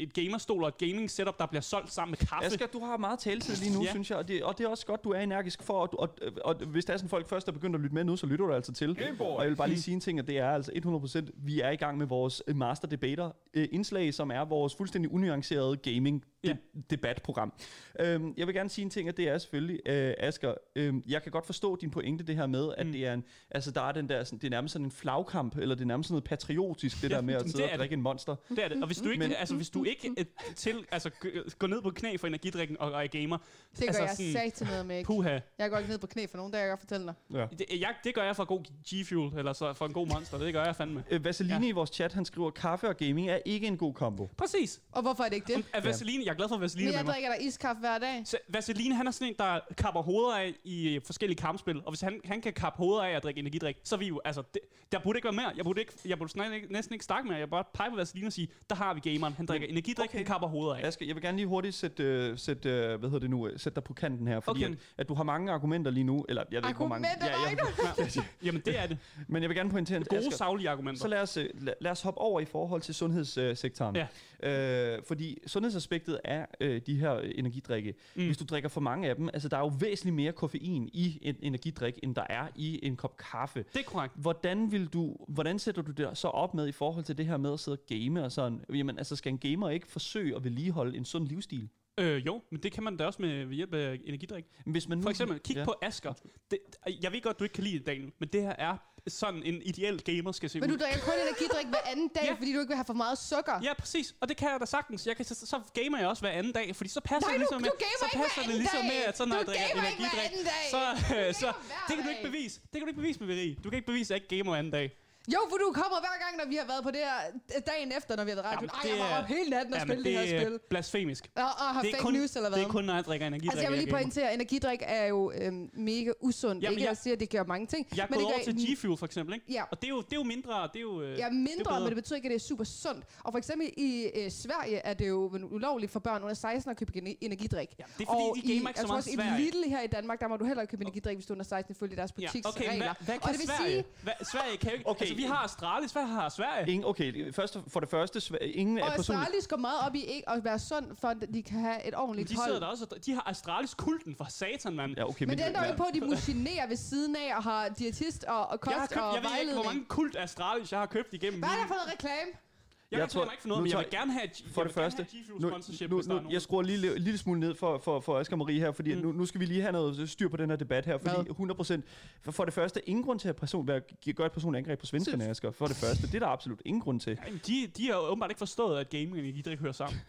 Speaker 4: et gamerstol og et gaming setup, der bliver solgt sammen med kaffe.
Speaker 2: Asger, du har meget taletid lige nu,
Speaker 4: Ja.
Speaker 2: synes jeg, og det, og det er også godt, du er energisk for, og, og, og, og hvis der er sådan folk først er begyndt at lytte med nu, så lytter du altså til. Og jeg vil bare lige sige en ting, at det er altså hundrede procent, vi er i gang med vores øh, Master Debater øh, indslag, som er vores fuldstændig unuancerede gaming
Speaker 4: Ja.
Speaker 2: debatprogram. Øhm, jeg vil gerne sige en ting, at det er selvfølgelig, øh, Asger, øh, jeg kan godt forstå din pointe, det her med, at
Speaker 4: Mm.
Speaker 2: det er en, altså der er den der, sådan, det er nærmest sådan en flagkamp, eller det er nærmest sådan noget patriotisk, det
Speaker 4: Ja,
Speaker 2: der med at
Speaker 4: det
Speaker 2: sidde
Speaker 4: er
Speaker 2: og drikke
Speaker 4: det.
Speaker 2: en monster.
Speaker 4: Det er det. Og hvis du ikke,
Speaker 2: Men-
Speaker 4: altså, hvis du ikke øh, til, altså, g- går ned på knæ for energidrikken og, og er gamer,
Speaker 3: Det gør
Speaker 4: Altså
Speaker 3: jeg
Speaker 4: sådan-
Speaker 3: sagt til noget med ikke.
Speaker 4: puha.
Speaker 3: Jeg går ikke ned på knæ for nogen, der jeg godt fortælle dig.
Speaker 2: Ja.
Speaker 4: Det, jeg, det gør jeg for god G-Fuel, eller så for en god monster. Det gør jeg fandme.
Speaker 2: Øh, Vaseline
Speaker 4: Ja.
Speaker 2: i vores chat, han skriver, kaffe og gaming er ikke en god kombo.
Speaker 4: Præcis.
Speaker 3: Og hvorfor er det ikke det?
Speaker 4: Er Vaseline, jeg er glad for, at Vaseline
Speaker 3: Men
Speaker 4: er
Speaker 3: jeg
Speaker 4: med mig.
Speaker 3: drikker der iskaffe hver dag.
Speaker 4: Så Vaseline, han er sådan en, der kapper hoveder af i øh, forskellige kampspil. Og hvis han, han kan kappe hoveder af at drikke energidrik, så er vi jo, altså, det, der burde ikke være mere. Jeg burde, ikke, jeg burde snart ikke, næsten ikke snakke mere. Jeg burde bare pege på Vaseline og sige, der har vi gameren. Han drikker energidrik,
Speaker 2: okay.
Speaker 4: han kapper hoveder af.
Speaker 2: Asger, jeg vil gerne lige hurtigt sætte, øh, sætte øh, hvad hedder det nu, øh, sætte dig på kanten her, fordi
Speaker 4: Okay.
Speaker 2: at, at du har mange argumenter lige nu, eller jeg ved ikke, hvor mange.
Speaker 3: Argumenter,
Speaker 2: jeg,
Speaker 3: nej,
Speaker 4: Jamen, det er det.
Speaker 2: men jeg vil gerne pointere,
Speaker 4: Gode,
Speaker 2: Asger,
Speaker 4: saglige argumenter.
Speaker 2: så lad os, øh, lad, lad os hoppe over i forhold til sundhedssektoren.
Speaker 4: Ja.
Speaker 2: Øh, fordi sundhedsaspektet er øh, de her øh, energidrikke. Mm. Hvis du drikker for mange af dem, altså der er jo væsentligt mere koffein i en energidrik, end der er i en kop kaffe.
Speaker 4: Det er korrekt.
Speaker 2: Hvordan vil du, hvordan sætter du det så op med i forhold til det her med at sidde og game og sådan? Jamen, altså skal en gamer ikke forsøge at vedligeholde en sund livsstil?
Speaker 4: Øh, jo, men det kan man da også med ved hjælp af energidrik.
Speaker 2: Hvis man nu,
Speaker 4: For eksempel, kig
Speaker 2: ja.
Speaker 4: på Asger. Det, jeg ved godt, du ikke kan lide det, Daniel, men det her er sådan en ideel gamer skal se
Speaker 3: Men
Speaker 4: ud.
Speaker 3: du drikker kun energidrik hver anden dag,
Speaker 4: Ja.
Speaker 3: fordi du ikke vil have for meget sukker.
Speaker 4: Ja, præcis. Og det kan jeg da sagtens. Jeg kan, så, så gamer jeg også hver anden dag, fordi så passer
Speaker 3: Nej,
Speaker 4: det
Speaker 3: du-
Speaker 4: ligesom
Speaker 3: du
Speaker 4: med,
Speaker 3: gamer
Speaker 4: så
Speaker 3: ikke hver
Speaker 4: passer det
Speaker 3: anden
Speaker 4: ligesom
Speaker 3: dag.
Speaker 4: med, at så når
Speaker 3: Du
Speaker 4: jeg drikker
Speaker 3: gamer ikke hver
Speaker 4: energidrik,
Speaker 3: anden dag.
Speaker 4: så,
Speaker 3: Du
Speaker 4: øh, så
Speaker 3: gamer hver
Speaker 4: det kan du ikke
Speaker 3: dag.
Speaker 4: bevise. Det kan du ikke bevise med veri. Du kan ikke bevise, at jeg ikke gamer hver anden dag.
Speaker 3: Jo, for du kommer hver gang, når vi har været på det her øh, dagen efter, når vi har været radio.
Speaker 4: Jamen,
Speaker 3: Ej,
Speaker 4: det
Speaker 3: jeg var
Speaker 4: er-
Speaker 3: op hele natten og
Speaker 4: Ja, men
Speaker 3: spille det her
Speaker 4: det
Speaker 3: spil.
Speaker 4: er blasfemisk.
Speaker 3: Og, og har
Speaker 4: Det er
Speaker 3: fake
Speaker 4: kun-
Speaker 3: news eller hvad?
Speaker 4: Det er kun, når jeg drikker energidrik,
Speaker 3: Altså, jeg vil lige
Speaker 4: gamer.
Speaker 3: pointere, at energidrik er jo øhm, mega usundt.
Speaker 4: Jamen,
Speaker 3: Ikke
Speaker 4: jeg-
Speaker 3: at sige, at det gør mange ting.
Speaker 4: Jeg er
Speaker 3: men
Speaker 4: gået
Speaker 3: det
Speaker 4: over
Speaker 3: gør-
Speaker 4: til G-Fuel for eksempel, ikke?
Speaker 3: Ja.
Speaker 4: Og det er jo, det er jo mindre, det er jo... øh,
Speaker 3: Ja,
Speaker 4: det er
Speaker 3: mindre,
Speaker 4: bedre.
Speaker 3: men det betyder ikke, at det er super sundt. Og for eksempel i øh, Sverige er det jo ulovligt for børn under seksten at købe ener- energidrik.
Speaker 4: Ja, det er fordi,
Speaker 3: og
Speaker 4: de gamer
Speaker 3: i,
Speaker 4: ikke så
Speaker 3: jeg tror
Speaker 4: meget
Speaker 3: også,
Speaker 4: i
Speaker 3: i
Speaker 4: Sverige.
Speaker 3: Lidl her i Danmark, der må du heller ikke købe energidrik, hvis du er under seksten, ifølge deres
Speaker 4: Ja,
Speaker 3: butiksregler.
Speaker 4: okay, men hvad, hvad
Speaker 3: og
Speaker 4: kan
Speaker 3: det vil
Speaker 4: Sverige?
Speaker 3: sige,
Speaker 4: Hvad, Sverige kan jo ikke...
Speaker 2: Okay.
Speaker 4: Altså, vi har Astralis. Hvad har Sverige?
Speaker 2: Ingen, okay, først og- for det første, Sve- ingen er
Speaker 3: og
Speaker 2: personligt...
Speaker 3: Astralis går meget op i ikke at være sund, for at de kan have et
Speaker 4: Men
Speaker 3: ordentligt
Speaker 4: de
Speaker 3: hold.
Speaker 4: sidder der også, og- de har Astralis-kulten for satan, mand.
Speaker 2: Ja, okay,
Speaker 3: Men det ændrer jo ikke på, at de motionerer ved siden af og har diætist og, og kost
Speaker 4: Jeg, har købt,
Speaker 3: og
Speaker 4: jeg ved ikke,
Speaker 3: vejledning.
Speaker 4: hvor mange kult Astralis, jeg har købt igennem
Speaker 3: Hvad er
Speaker 4: min-
Speaker 3: der for noget reklame?
Speaker 4: Jeg,
Speaker 2: Jeg
Speaker 4: jeg
Speaker 2: tror-
Speaker 4: tror, ikke for noget,
Speaker 2: nu
Speaker 4: men jeg
Speaker 2: tager-
Speaker 4: vil gerne have, et-
Speaker 2: For
Speaker 4: jeg
Speaker 2: det
Speaker 4: vil gerne
Speaker 2: første,
Speaker 4: have G-Fuel
Speaker 2: nu,
Speaker 4: sponsorship,
Speaker 2: nu,
Speaker 4: hvis der er
Speaker 2: nu,
Speaker 4: nogen.
Speaker 2: jeg skruer lige en lille smule ned for, for, for Asger Marie her, fordi mm. nu, nu skal vi lige have noget styr på den her debat her, fordi
Speaker 3: Hvad?
Speaker 2: hundrede procent, for, for det første, ingen grund til at person, være, gøre et personligt angreb på svenskerne, Asger, for det første, det er der absolut ingen grund til.
Speaker 4: Jamen, de, de har jo åbenbart ikke forstået, at gaming og energidrik hører sammen.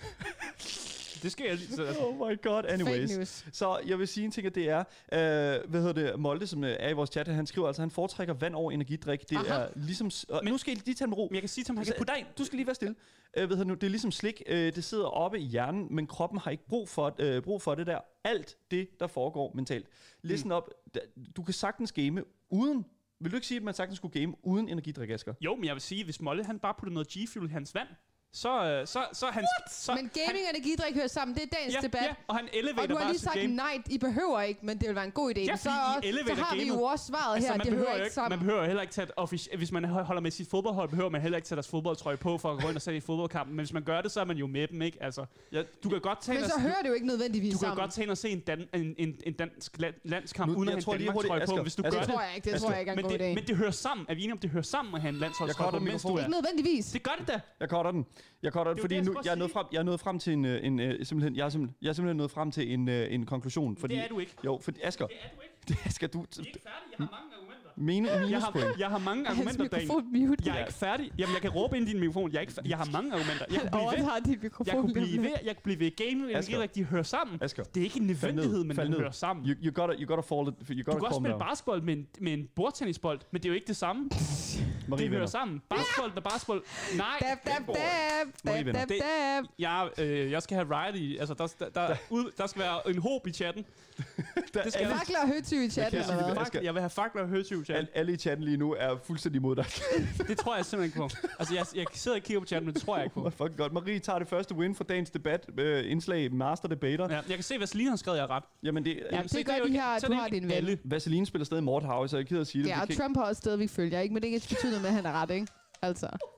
Speaker 4: Det skal jeg lige... Så, altså,
Speaker 2: Oh my god, anyways.
Speaker 3: Fake news.
Speaker 2: Så jeg vil sige en ting, at det er, øh, hvad hedder det, Molde, som øh, er i vores chat, han skriver altså, han foretrækker vand over energidrik. Det
Speaker 3: Aha.
Speaker 2: er ligesom, s- og
Speaker 4: Men-
Speaker 2: nu skal I lige tage med ro.
Speaker 4: men jeg kan sige til ham, han
Speaker 2: Altså,
Speaker 4: kan putte dig ind.
Speaker 2: Du skal lige være stille. Øh, ved du, nu, det er ligesom slik. Øh, det sidder oppe i hjernen, men kroppen har ikke brug for, øh, brug for det der. Alt det, der foregår mentalt. Listen
Speaker 4: Mm.
Speaker 2: op. Da- Du kan sagtens game uden... Vil du ikke sige, at man sagtens skulle game uden energidrik, Asger?
Speaker 4: Jo, men jeg vil sige, hvis Molle han bare putter noget G-Fuel i hans vand, så, øh, så, så hans... Så,
Speaker 3: Men gaming og energidrik hører sammen. Det er dagens
Speaker 4: ja,
Speaker 3: debat.
Speaker 4: ja, og han elevator
Speaker 3: Og du har
Speaker 4: bare
Speaker 3: lige
Speaker 4: sit
Speaker 3: sagt
Speaker 4: game.
Speaker 3: nej, I behøver ikke, men det vil være en god idé.
Speaker 4: Ja,
Speaker 3: Men så,
Speaker 4: fordi I
Speaker 3: så
Speaker 4: elevator
Speaker 3: har vi jo
Speaker 4: gamet.
Speaker 3: også svaret
Speaker 4: Altså,
Speaker 3: her,
Speaker 4: man
Speaker 3: det hører
Speaker 4: behøver
Speaker 3: ikke
Speaker 4: ikke,
Speaker 3: sammen.
Speaker 4: man behøver heller ikke tage et offici- hvis man holder med sit fodboldhold, behøver man heller ikke tage deres fodboldtrøje på for at gå ind og sætte i fodboldkampen. Men hvis man gør det, så er man jo med dem, ikke? Altså,
Speaker 2: Ja,
Speaker 4: du kan godt tage
Speaker 3: Men
Speaker 4: ind
Speaker 3: så
Speaker 4: og,
Speaker 3: hører det jo ikke nødvendigvis
Speaker 4: du kan
Speaker 3: sammen.
Speaker 4: godt tage ind og se en, dan, en, en, en dansk land, landskamp,
Speaker 2: Nu-
Speaker 4: uden at
Speaker 2: jeg
Speaker 4: have
Speaker 2: tror
Speaker 4: en
Speaker 2: lige
Speaker 4: Danmark-trøje
Speaker 2: hurtigt,
Speaker 4: på.
Speaker 2: Asger,
Speaker 4: Hvis du
Speaker 2: Asger.
Speaker 4: gør
Speaker 3: Det
Speaker 4: det,
Speaker 3: tror jeg ikke, det
Speaker 2: Asger,
Speaker 3: tror jeg ikke er en
Speaker 4: men
Speaker 3: god idé.
Speaker 4: det, men det hører sammen. Er vi enige om, det hører sammen at have en landsholdstrøje
Speaker 2: cutter
Speaker 4: på, mens du
Speaker 2: mikrofonen.
Speaker 4: er...
Speaker 3: Ikke nødvendigvis.
Speaker 4: Det gør det da.
Speaker 2: Jeg cutter den. Jeg cutter den,
Speaker 4: jo
Speaker 2: fordi
Speaker 4: det, jeg
Speaker 2: nu,
Speaker 4: skulle
Speaker 2: jeg er, nået
Speaker 4: sige.
Speaker 2: frem, jeg er nået frem til en, øh, en, øh, simpelthen, jeg er simpelthen, jeg er simpelthen nået frem til en, øh, en konklusion. Fordi,
Speaker 4: Det er du ikke.
Speaker 2: Jo, for Asger,
Speaker 4: Det er du ikke.
Speaker 2: det Asger, du...
Speaker 4: Vi er ikke færdige. Jeg har mange argumenter.
Speaker 2: Mine,
Speaker 4: Jeg
Speaker 2: minuspoint.
Speaker 4: har, jeg har mange
Speaker 3: Hans
Speaker 4: argumenter, Daniel.
Speaker 3: mikrofon mute.
Speaker 4: Jeg er ikke færdig. Jamen, jeg kan råbe ind i din mikrofon. Jeg, er ikke fa- jeg har mange argumenter. Jeg kunne
Speaker 3: Han
Speaker 4: blive ved.
Speaker 3: overtager din mikrofon.
Speaker 4: Jeg kunne
Speaker 3: lige om
Speaker 4: blive
Speaker 3: lidt.
Speaker 4: ved. Jeg kunne blive ved. Game og
Speaker 2: Asger.
Speaker 4: energidrik, de hører sammen.
Speaker 2: Asger,
Speaker 4: Det er ikke en
Speaker 2: fald
Speaker 4: nødvendighed,
Speaker 2: ned.
Speaker 4: men
Speaker 2: Fald
Speaker 4: de
Speaker 2: ned.
Speaker 4: hører sammen.
Speaker 2: You, you gotta, you gotta fall it, you
Speaker 4: Du
Speaker 2: gotta
Speaker 4: kan også
Speaker 2: calm
Speaker 4: spille
Speaker 2: down.
Speaker 4: basketball med en, med en bordtennisbold, men det er jo ikke det samme.
Speaker 2: Marie
Speaker 4: Det hører
Speaker 2: venner.
Speaker 4: sammen. Basketball med basketball. Nej.
Speaker 3: Dab, dab, dab,
Speaker 2: Marie
Speaker 3: dab,
Speaker 2: venner.
Speaker 3: dab,
Speaker 4: Det-
Speaker 3: dab.
Speaker 4: Jeg, øh, jeg skal have Riot i. Altså, der, der, der, ud, der skal være en håb i chatten.
Speaker 2: Der,
Speaker 4: det skal
Speaker 2: alle,
Speaker 3: Fakler og høtyv i chatten.
Speaker 2: Jeg kan
Speaker 3: eller
Speaker 2: sige det
Speaker 3: hvad?
Speaker 2: med-
Speaker 4: Fuck,
Speaker 2: skal-
Speaker 4: jeg vil have fakler og høtyv i chatten.
Speaker 2: alle, alle i chatten lige nu er fuldstændig imod dig.
Speaker 4: Det tror jeg simpelthen ikke på. Altså, jeg, jeg sidder og kigger på chatten, men det tror jeg ikke på.
Speaker 2: Oh, fucking godt. Marie tager det første win for dagens debat. Øh, indslag Master Debater.
Speaker 4: Ja, jeg kan se, hvad Celine har skrevet, jeg er ret.
Speaker 2: Jamen det...
Speaker 3: Ja,
Speaker 2: Ja.
Speaker 3: det
Speaker 4: se,
Speaker 3: gør
Speaker 4: er jo
Speaker 3: de
Speaker 4: ikke-
Speaker 3: her,
Speaker 4: så
Speaker 3: du
Speaker 4: er det
Speaker 3: har
Speaker 4: ikke
Speaker 3: din ven.
Speaker 4: alle.
Speaker 2: Vaseline spiller stadig Mordhau, så jeg er ked af at sige det.
Speaker 3: Ja,
Speaker 2: Vi
Speaker 3: og
Speaker 2: kan
Speaker 3: Trump har også stadigvæk følger, ikke? Men det er ikke betydet med, at han er ret, ikke? Altså.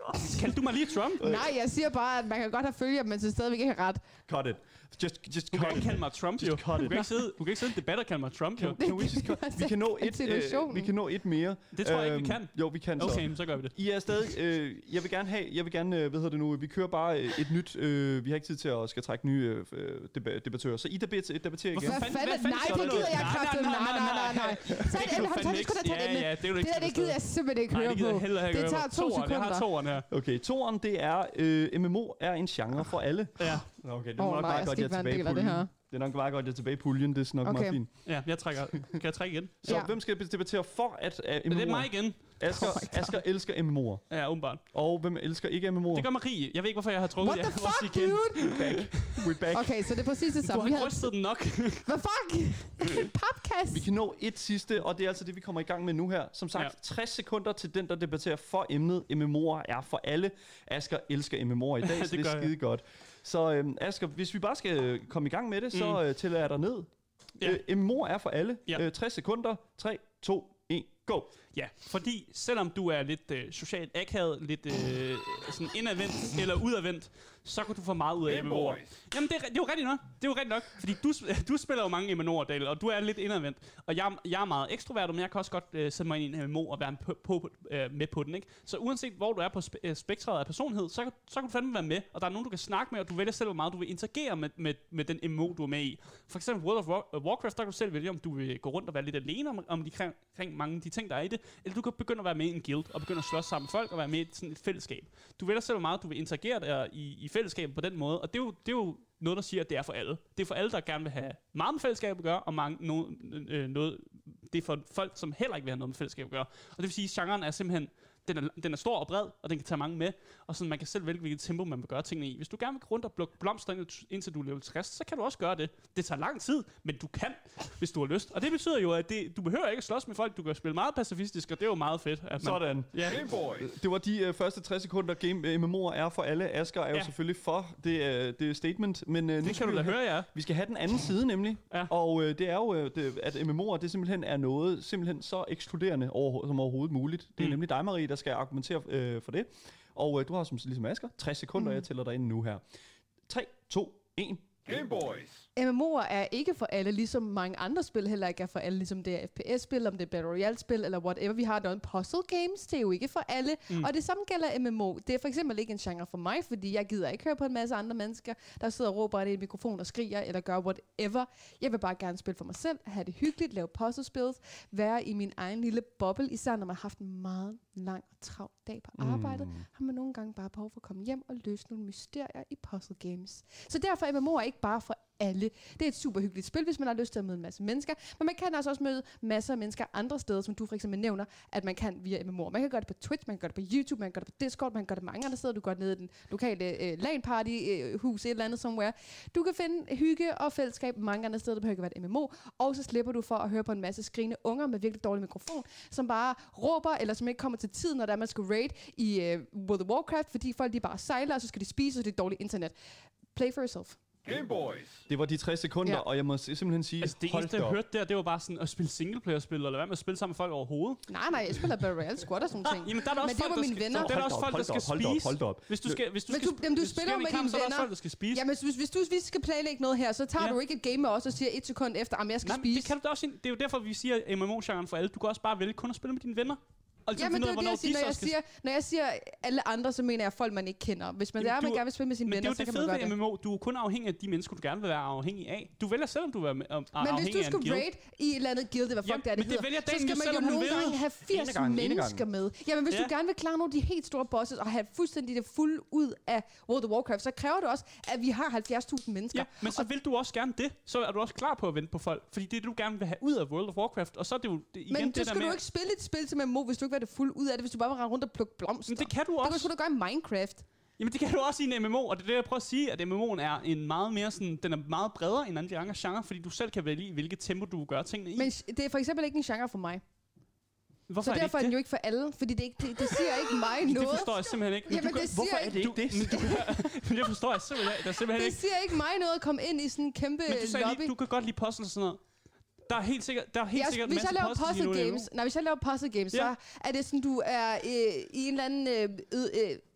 Speaker 4: Kaldte du mig lige Trump?
Speaker 3: Nej, jeg siger bare, at man kan godt have følger, men så stadigvæk ikke har ret.
Speaker 2: Cut it. Just, just
Speaker 4: Du
Speaker 2: cut
Speaker 4: kan ikke
Speaker 2: it.
Speaker 4: kalde mig Trump,
Speaker 2: Just
Speaker 4: jo.
Speaker 2: cut
Speaker 4: Du
Speaker 2: it.
Speaker 4: kan ikke sidde, du kan ikke sidde i en debat og kalde mig Trump, jo.
Speaker 2: Can we just cut? Vi kan nå et, øh, vi kan nå et mere.
Speaker 4: Det tror jeg ikke, vi
Speaker 2: Øhm,
Speaker 4: kan.
Speaker 2: Jo, vi kan
Speaker 4: Okay,
Speaker 2: så.
Speaker 4: så gør vi det.
Speaker 2: I er stadig, øh, jeg vil gerne have, jeg vil gerne, øh, hvad hedder det nu, vi kører bare øh, et nyt, øh, vi har ikke tid til at skal trække nye øh, deba- debattører, så I debatter, debatterer igen.
Speaker 3: Hvad
Speaker 4: fanden-
Speaker 3: fanden?
Speaker 4: hvad fanden
Speaker 3: Nej,
Speaker 4: skal
Speaker 3: det
Speaker 4: du
Speaker 3: gider
Speaker 4: noget?
Speaker 3: jeg
Speaker 4: Nej,
Speaker 3: kraftedeme.
Speaker 4: nej,
Speaker 3: Nej, nej, nej, nej. Så
Speaker 4: Det
Speaker 3: er
Speaker 4: kan du
Speaker 3: det,
Speaker 4: fandme
Speaker 3: han
Speaker 4: ikke.
Speaker 3: skulle da tage
Speaker 4: Ja,
Speaker 3: det
Speaker 4: ja,
Speaker 3: med.
Speaker 4: det er jo
Speaker 3: Det
Speaker 4: ikke
Speaker 3: her, det gider jeg simpelthen ikke
Speaker 4: Nej,
Speaker 3: høre
Speaker 4: det gider jeg
Speaker 3: på.
Speaker 4: heller ikke
Speaker 3: Det
Speaker 4: høre
Speaker 3: tager
Speaker 4: på.
Speaker 3: to
Speaker 4: Toeren, Jeg har
Speaker 3: sekunder.
Speaker 4: toeren her.
Speaker 2: Okay, toeren, det er, øh, M M O er en genre for alle.
Speaker 4: Ja,
Speaker 2: Okay, det
Speaker 3: Åh
Speaker 2: er nok
Speaker 3: nej,
Speaker 2: meget
Speaker 3: jeg
Speaker 2: godt,
Speaker 3: skal
Speaker 2: jeg
Speaker 3: ikke
Speaker 2: er
Speaker 3: være en
Speaker 2: tilbage i
Speaker 3: del af det
Speaker 2: puljen.
Speaker 3: her.
Speaker 2: Det er nok meget godt, jeg er tilbage i puljen, det er nok
Speaker 3: Okay.
Speaker 2: meget fint.
Speaker 4: ja, jeg trækker. Kan jeg trække igen?
Speaker 2: Så
Speaker 3: Ja.
Speaker 2: hvem skal debattere for, at uh,
Speaker 4: Men
Speaker 2: M M O'er?
Speaker 4: det er mig igen.
Speaker 2: Asger,
Speaker 3: Oh my God.
Speaker 2: Asger elsker M M O'er.
Speaker 4: Ja, åbenbart.
Speaker 2: Og hvem elsker ikke M M O'er?
Speaker 4: Det gør Marie. Jeg ved ikke, hvorfor jeg har trukket
Speaker 3: What
Speaker 4: jer
Speaker 3: the
Speaker 4: også
Speaker 3: fuck,
Speaker 4: igen.
Speaker 3: dude?
Speaker 2: Back. We're back.
Speaker 3: Okay, så det er præcis det
Speaker 4: Du
Speaker 3: samme.
Speaker 4: har
Speaker 3: Vi
Speaker 4: ikke
Speaker 3: havde...
Speaker 4: rystet den nok.
Speaker 3: Hvad fuck? En podcast.
Speaker 2: Vi kan nå et sidste, og det er altså det, vi kommer i gang med nu her. Som sagt,
Speaker 4: Ja.
Speaker 2: tres sekunder til den, der debatterer for emnet. M M O'er er for alle. Asger elsker M M O'er i dag,
Speaker 4: Det
Speaker 2: så det
Speaker 4: gør
Speaker 2: er
Speaker 4: jeg.
Speaker 2: skide godt. Så øhm, Asger, hvis vi bare skal øh, komme i gang med det, så
Speaker 4: Mm.
Speaker 2: øh, tæller jeg dig ned.
Speaker 4: Ja.
Speaker 2: Øh, M M O'er er for alle.
Speaker 4: Ja.
Speaker 2: Øh, tres sekunder. tre, to, et, go.
Speaker 4: Ja, fordi selvom du er lidt øh, socialt akavet, lidt øh, sådan indadvendt eller udadvendt, så kan du få meget ud af M M O'er. Jamen, det er, det er jo rigtigt nok. Det er jo rigtigt nok, fordi du, sp- du spiller jo mange M M O'er, Dale, og du er lidt indadvendt. Og jeg, jeg er meget ekstrovert, men jeg kan også godt øh, sætte mig ind i en M M O og være på, på, øh, med på den, ikke? Så uanset hvor du er på spe- øh, spektret af personlighed, så, kan- så kan du fandme være med, og der er nogen, du kan snakke med, og du vælger selv, hvor meget du vil interagere med, med, med den M M O, du er med i. For eksempel World of War- Warcraft, der kan du selv vælge, om du vil gå rundt og være lidt alene om, om de kring, kring mange af de ting, der er i det, eller du kan begynde at være med i en guild, og begynde at slås sammen med folk, og være med i sådan et fællesskab. Du vælger selv, hvor meget du vil interagere der i, i fællesskabet på den måde, og det er, jo, det er jo noget, der siger, at det er for alle. Det er for alle, der gerne vil have meget med fællesskab at gøre, og mange, no, øh, noget, det er for folk, som heller ikke vil have noget med fællesskab at gøre. Og det vil sige, at genren er simpelthen, den er, den er stor og bred, og den kan tage mange med, og sådan man kan selv vælge, hvilket tempo man vil gøre tingene i. Hvis du gerne vil gå rundt og plukke blomster, indtil du er level tres, så kan du også gøre det. Det tager lang tid, men du kan, hvis du har lyst. Og det betyder jo, at det, du behøver ikke at slås med folk, du kan spille meget pacifistisk, og det er jo meget fedt. At man,
Speaker 2: Sådan.
Speaker 4: Ja.
Speaker 2: Det var de øh, første tres sekunder. Game M M O'er er for alle. Asger er jo
Speaker 4: Ja.
Speaker 2: selvfølgelig for det, øh, det statement. Men øh, nu
Speaker 4: Det
Speaker 2: skal
Speaker 4: kan du
Speaker 2: vi
Speaker 4: da
Speaker 2: jo have-
Speaker 4: høre, ja.
Speaker 2: Vi skal have den anden side nemlig.
Speaker 4: Ja.
Speaker 2: Og øh, det er jo, øh, det, at M M O'er det simpelthen er noget simpelthen så ekskluderende over, som overhovedet muligt. Det er
Speaker 4: Mm.
Speaker 2: nemlig dig, Marie, der skal argumentere øh, for det. Og øh, du har som ligesom Asger tres sekunder,
Speaker 3: Mm.
Speaker 2: jeg tæller dig ind nu her. tre, to, et.
Speaker 1: Gameboys.
Speaker 3: M M O'er er ikke for alle, ligesom mange andre spil heller ikke er for alle, ligesom det er F P S-spil, om det er Battle Royale-spil, eller whatever. Vi har noget puzzle games, det er jo ikke for alle. Mm. Og det samme gælder M M O. Det er for eksempel ikke en genre for mig, fordi jeg gider ikke høre på en masse andre mennesker, der sidder og råber i en mikrofon og skriger, eller gør whatever. Jeg vil bare gerne spille for mig selv, have det hyggeligt, lave puzzle-spils, være i min egen lille boble, især når man har haft en meget lang og travl dag på arbejdet, mm. har man nogle gange bare behov for at komme hjem og løse nogle mysterier i puzzle games. Så derfor er M M O ikke bare for alle. Det er et super hyggeligt spil, hvis man har lyst til at møde en masse mennesker, men man kan altså også møde masser af mennesker andre steder, som du for eksempel nævner, at man kan via M M O. Man kan gøre det på Twitch, man kan gøre det på YouTube, man kan gøre det på Discord, man kan gøre det mange andre steder. Du går ned i den lokale øh, LAN-party-hus, øh, et eller andet somewhere. Du kan finde hygge og fællesskab mange andre steder, det behøver ikke være et M M O, og så slipper du for at høre på en masse skrigende unger med virkelig dårlig mikrofon, som bare råber, eller som ikke kommer til tiden, når der man skal raid i øh, World of Warcraft, fordi folk de bare sejler, og så skal de spise, og det er dårligt internet. Play for yourself.
Speaker 1: Gameboys.
Speaker 2: Det var de tres sekunder,
Speaker 3: Ja.
Speaker 2: og jeg må s- simpelthen sige,
Speaker 4: Altså det
Speaker 2: hold
Speaker 4: eneste,
Speaker 2: da
Speaker 4: jeg
Speaker 2: op.
Speaker 4: hørte der, det var bare sådan at spille singleplayer-spil, eller hvad med at spille sammen med folk overhovedet.
Speaker 3: Nej, nej, jeg spiller Battle Royale Squad og sådan nogle ting.
Speaker 4: Jamen der er der også
Speaker 3: Men det
Speaker 4: folk,
Speaker 3: var
Speaker 4: der
Speaker 3: mine
Speaker 4: skal,
Speaker 3: venner.
Speaker 4: Så, der er der
Speaker 2: Hold
Speaker 4: også
Speaker 2: da op,
Speaker 4: folk, der
Speaker 2: hold
Speaker 4: skal
Speaker 2: da op, hold da op,
Speaker 4: spise.
Speaker 2: hold da op.
Speaker 4: Hvis du skal, hvis du
Speaker 3: Men
Speaker 4: skal,
Speaker 3: du- jamen, du
Speaker 4: hvis
Speaker 3: spiller
Speaker 4: skal ind i
Speaker 3: med
Speaker 4: kamp,
Speaker 3: dine
Speaker 4: så er der også
Speaker 3: venner.
Speaker 4: folk, der skal spise.
Speaker 3: Jamen, hvis, hvis du hvis skal planlægge noget her, så tager
Speaker 4: Ja.
Speaker 3: du ikke et game med os og siger et sekund efter, at jeg skal
Speaker 4: Nej, men
Speaker 3: spise.
Speaker 4: det kan du da også. Det er jo derfor, vi siger M M O-genren for alle. Du kan også bare vælge kun at spille med dine venner. Og ligesom
Speaker 3: Ja, men
Speaker 4: finde
Speaker 3: det
Speaker 4: ud
Speaker 3: er
Speaker 4: af,
Speaker 3: det, jeg
Speaker 4: hvornår
Speaker 3: siger.
Speaker 4: de
Speaker 3: Når
Speaker 4: så
Speaker 3: jeg,
Speaker 4: skal...
Speaker 3: siger, når jeg siger alle andre, så mener jeg folk, man ikke kender. Hvis man
Speaker 4: Jamen,
Speaker 3: er, man
Speaker 4: du-
Speaker 3: gerne vil spille med sine
Speaker 4: Men det er
Speaker 3: venner,
Speaker 4: jo
Speaker 3: så
Speaker 4: det
Speaker 3: kan man
Speaker 4: fede
Speaker 3: gøre
Speaker 4: ved
Speaker 3: det.
Speaker 4: M M O. Du er kun afhængig af de mennesker, du gerne vil være afhængig af. Du vælger selv, om du vil være med, om,
Speaker 3: Men hvis
Speaker 4: afhængig
Speaker 3: du
Speaker 4: af en
Speaker 3: skulle
Speaker 4: guild.
Speaker 3: raid i et eller andet guild, det var
Speaker 4: Ja,
Speaker 3: fuck, det er
Speaker 4: men
Speaker 3: det
Speaker 4: det vælger
Speaker 3: hedder, så
Speaker 4: dagen
Speaker 3: skal
Speaker 4: jo
Speaker 3: man
Speaker 4: selv,
Speaker 3: jo
Speaker 4: om han
Speaker 3: nogle
Speaker 4: vil.
Speaker 3: gange have firs
Speaker 2: Ene gang, ene gang.
Speaker 3: mennesker med. Jamen, hvis
Speaker 4: Ja.
Speaker 3: du gerne vil klare nogle af de helt store bosses og have fuldstændig det fulde ud af World of Warcraft, så kræver det også, at vi har halvfjerds tusind mennesker.
Speaker 4: Ja, men så vil du også gerne det. Så er du også klar på at vente på folk. Fordi det er det, du gerne vil have ud af World of Warcraft. Og så er det jo det, igen
Speaker 3: Men
Speaker 4: det
Speaker 3: så
Speaker 4: der
Speaker 3: skal
Speaker 4: med...
Speaker 3: du ikke spille et spil til M M O, hvis du ikke vil have det fulde ud af det, hvis du bare vil rende rundt og plukke blomster.
Speaker 4: Men det kan du
Speaker 3: Det kan du
Speaker 4: også.
Speaker 3: sgu da gøre i Minecraft.
Speaker 4: Jamen det kan du også i en M M O, og det er det, jeg prøver at sige, at M M O'en er en meget mere sådan, den er meget bredere end andre genre, genre, fordi du selv kan vælge, hvilket tempo du vil gøre tingene i.
Speaker 3: Men det er for eksempel ikke en genre for mig.
Speaker 4: Hvorfor
Speaker 3: Så
Speaker 4: er det
Speaker 3: derfor er
Speaker 4: ikke
Speaker 3: den
Speaker 4: det?
Speaker 3: jo ikke for alle, fordi det, ikke, det, det siger ikke mig
Speaker 4: Det
Speaker 3: noget.
Speaker 4: forstår jeg simpelthen ikke. Men
Speaker 3: Jamen,
Speaker 4: du,
Speaker 3: det siger
Speaker 2: Hvorfor er det ikke
Speaker 4: du,
Speaker 2: det?
Speaker 4: men, du, men det forstår jeg simpelthen, der er simpelthen
Speaker 3: Det
Speaker 4: ikke.
Speaker 3: siger ikke mig noget at komme ind i sådan en kæmpe
Speaker 4: Men du sagde
Speaker 3: lobby.
Speaker 4: lige, du kan godt lide puzzles og sådan noget. Der er helt sikkert, der er helt
Speaker 3: Jeg,
Speaker 4: sikkert en
Speaker 3: hvis jeg
Speaker 4: masse
Speaker 3: laver
Speaker 4: puzzles i
Speaker 3: puzzle
Speaker 4: nogle
Speaker 3: games, nej, hvis jeg laver puzzle games,
Speaker 4: Ja.
Speaker 3: så er det sådan, du er øh, i en eller anden øh, øh, øh,